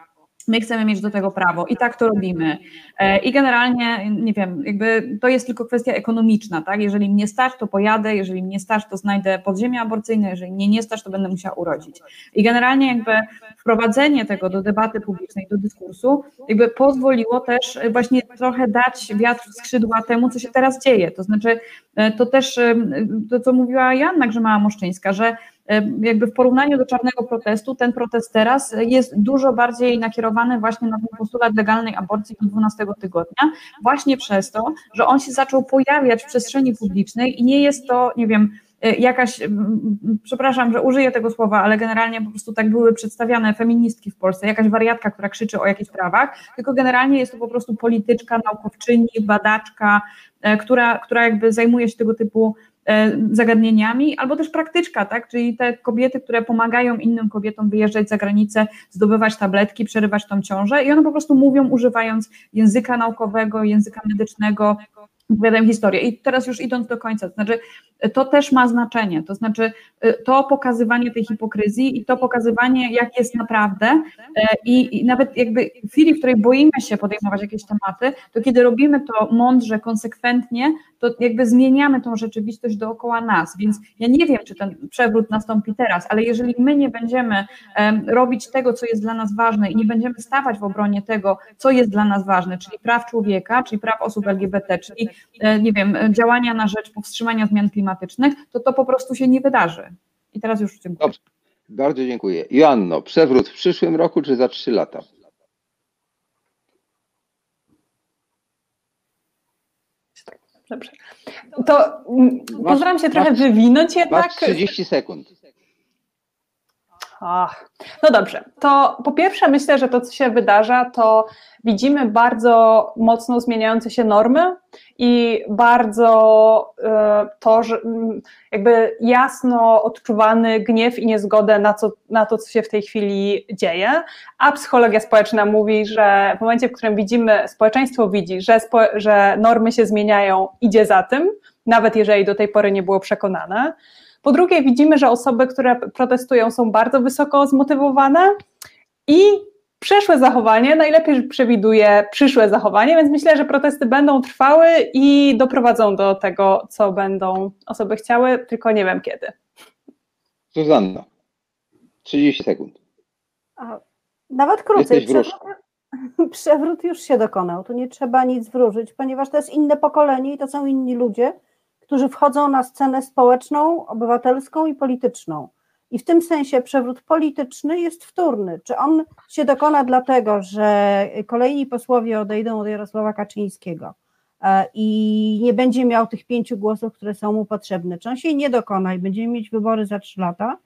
My chcemy mieć do tego prawo i tak to robimy. I generalnie, nie wiem, jakby to jest tylko kwestia ekonomiczna, tak? Jeżeli mnie stać, to pojadę, jeżeli mnie stać, to znajdę podziemie aborcyjne, jeżeli mnie nie stać, to będę musiała urodzić. I generalnie jakby wprowadzenie tego do debaty publicznej, do dyskursu, jakby pozwoliło też właśnie trochę dać wiatr w skrzydła temu, co się teraz dzieje. To znaczy, to też to, co mówiła Joanna Grzymała-Moszczyńska, że jakby w porównaniu do czarnego protestu, ten protest teraz jest dużo bardziej nakierowany właśnie na ten postulat legalnej aborcji do 12 tygodnia, właśnie przez to, że on się zaczął pojawiać w przestrzeni publicznej i nie jest to, nie wiem, jakaś, przepraszam, że użyję tego słowa, ale generalnie po prostu tak były przedstawiane feministki w Polsce, jakaś wariatka, która krzyczy o jakichś prawach, tylko generalnie jest to po prostu polityczka, naukowczyni, badaczka, która jakby zajmuje się tego typu zagadnieniami, albo też praktyczka, tak? Czyli te kobiety, które pomagają innym kobietom wyjeżdżać za granicę, zdobywać tabletki, przerywać tą ciążę i one po prostu mówią, używając języka naukowego, języka medycznego, opowiadają historię. I teraz już idąc do końca, to znaczy to też ma znaczenie, to znaczy to pokazywanie tej hipokryzji i to pokazywanie, jak jest naprawdę i nawet jakby w chwili, w której boimy się podejmować jakieś tematy, to kiedy robimy to mądrze, konsekwentnie, to jakby zmieniamy tą rzeczywistość dookoła nas, więc ja nie wiem, czy ten przewrót nastąpi teraz, ale jeżeli my nie będziemy robić tego, co jest dla nas ważne i nie będziemy stawać w obronie tego, co jest dla nas ważne, czyli praw człowieka, czyli praw osób LGBT, czyli nie wiem, działania na rzecz powstrzymania zmian klimatycznych, to po prostu się nie wydarzy. I teraz już dziękuję. Dobrze, bardzo dziękuję. Joanno, przewrót w przyszłym roku czy za 3 lata? Dobrze. To postaram się trochę wywinąć jednak. Masz 30 sekund. No dobrze, to po pierwsze myślę, że to, co się wydarza, to widzimy bardzo mocno zmieniające się normy i bardzo to, że jakby jasno odczuwany gniew i niezgodę na to, co się w tej chwili dzieje, a psychologia społeczna mówi, że w momencie, w którym społeczeństwo widzi, że normy się zmieniają, idzie za tym, nawet jeżeli do tej pory nie było przekonane. Po drugie, widzimy, że osoby, które protestują, są bardzo wysoko zmotywowane i przeszłe zachowanie najlepiej przewiduje przyszłe zachowanie, więc myślę, że protesty będą trwały i doprowadzą do tego, co będą osoby chciały, tylko nie wiem kiedy. Zuzanna, 30 sekund. Nawet krócej. Jesteś Przewrót już się dokonał, tu nie trzeba nic wróżyć, ponieważ to jest inne pokolenie i to są inni ludzie, którzy wchodzą na scenę społeczną, obywatelską i polityczną. I w tym sensie przewrót polityczny jest wtórny. Czy on się dokona dlatego, że kolejni posłowie odejdą od Jarosława Kaczyńskiego i nie będzie miał tych 5 głosów, które są mu potrzebne, czy on się nie dokona i będziemy mieć wybory za 3 lata,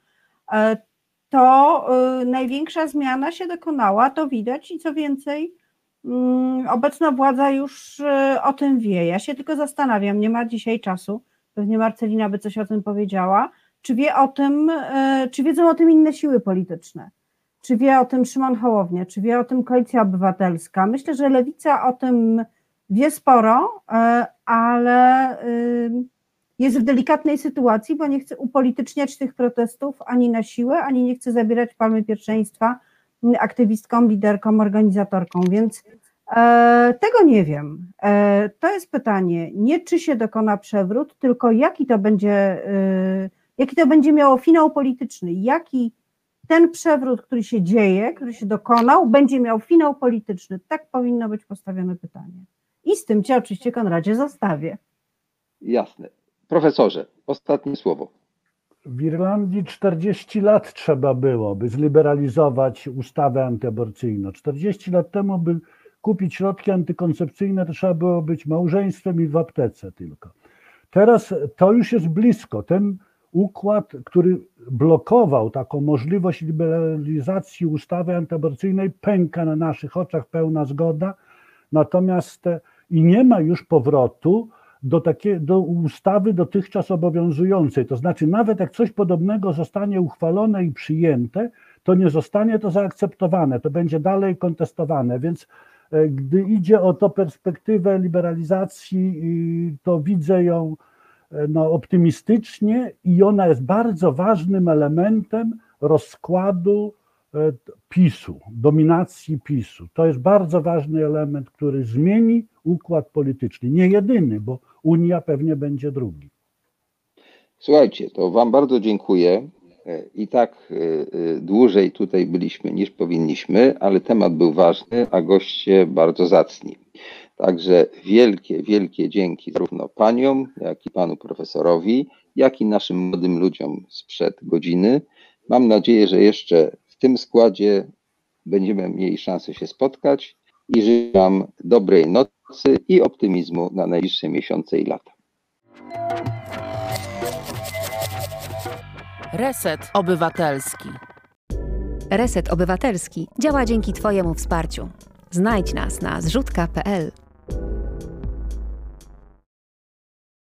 to największa zmiana się dokonała, to widać i co więcej, obecna władza już o tym wie. Ja się tylko zastanawiam, nie ma dzisiaj czasu, pewnie Marcelina by coś o tym powiedziała, czy wiedzą o tym inne siły polityczne, czy wie o tym Szymon Hołownia, czy wie o tym Koalicja Obywatelska. Myślę, że Lewica o tym wie sporo, ale jest w delikatnej sytuacji, bo nie chce upolityczniać tych protestów ani na siłę, ani nie chce zabierać palmy pierwszeństwa aktywistkom, liderkom, organizatorkom, więc tego nie wiem. To jest pytanie, nie czy się dokona przewrót, tylko jaki to będzie miało finał polityczny, jaki ten przewrót, który się dzieje, który się dokonał, będzie miał finał polityczny. Tak powinno być postawione pytanie. I z tym cię oczywiście, Konradzie, zostawię. Jasne. Profesorze, ostatnie słowo. W Irlandii 40 lat trzeba było, by zliberalizować ustawę antyaborcyjną. 40 lat temu, by kupić środki antykoncepcyjne, to trzeba było być małżeństwem i w aptece tylko. Teraz to już jest blisko. Ten układ, który blokował taką możliwość liberalizacji ustawy antyaborcyjnej, pęka na naszych oczach, pełna zgoda. Natomiast i nie ma już powrotu do ustawy dotychczas obowiązującej. To znaczy nawet jak coś podobnego zostanie uchwalone i przyjęte, to nie zostanie to zaakceptowane, to będzie dalej kontestowane, więc gdy idzie o to perspektywę liberalizacji, to widzę ją optymistycznie i ona jest bardzo ważnym elementem rozkładu PiS-u, dominacji PiS-u. To jest bardzo ważny element, który zmieni układ polityczny. Nie jedyny, bo Unia pewnie będzie drugi. Słuchajcie, to Wam bardzo dziękuję. I tak dłużej tutaj byliśmy niż powinniśmy, ale temat był ważny, a goście bardzo zacni. Także wielkie, wielkie dzięki zarówno paniom, jak i panu profesorowi, jak i naszym młodym ludziom sprzed godziny. Mam nadzieję, że jeszcze w tym składzie będziemy mieli szansę się spotkać i życzę wam dobrej nocy i optymizmu na najbliższe miesiące i lata. Reset Obywatelski. Reset Obywatelski działa dzięki Twojemu wsparciu. Znajdź nas na zrzutka.pl.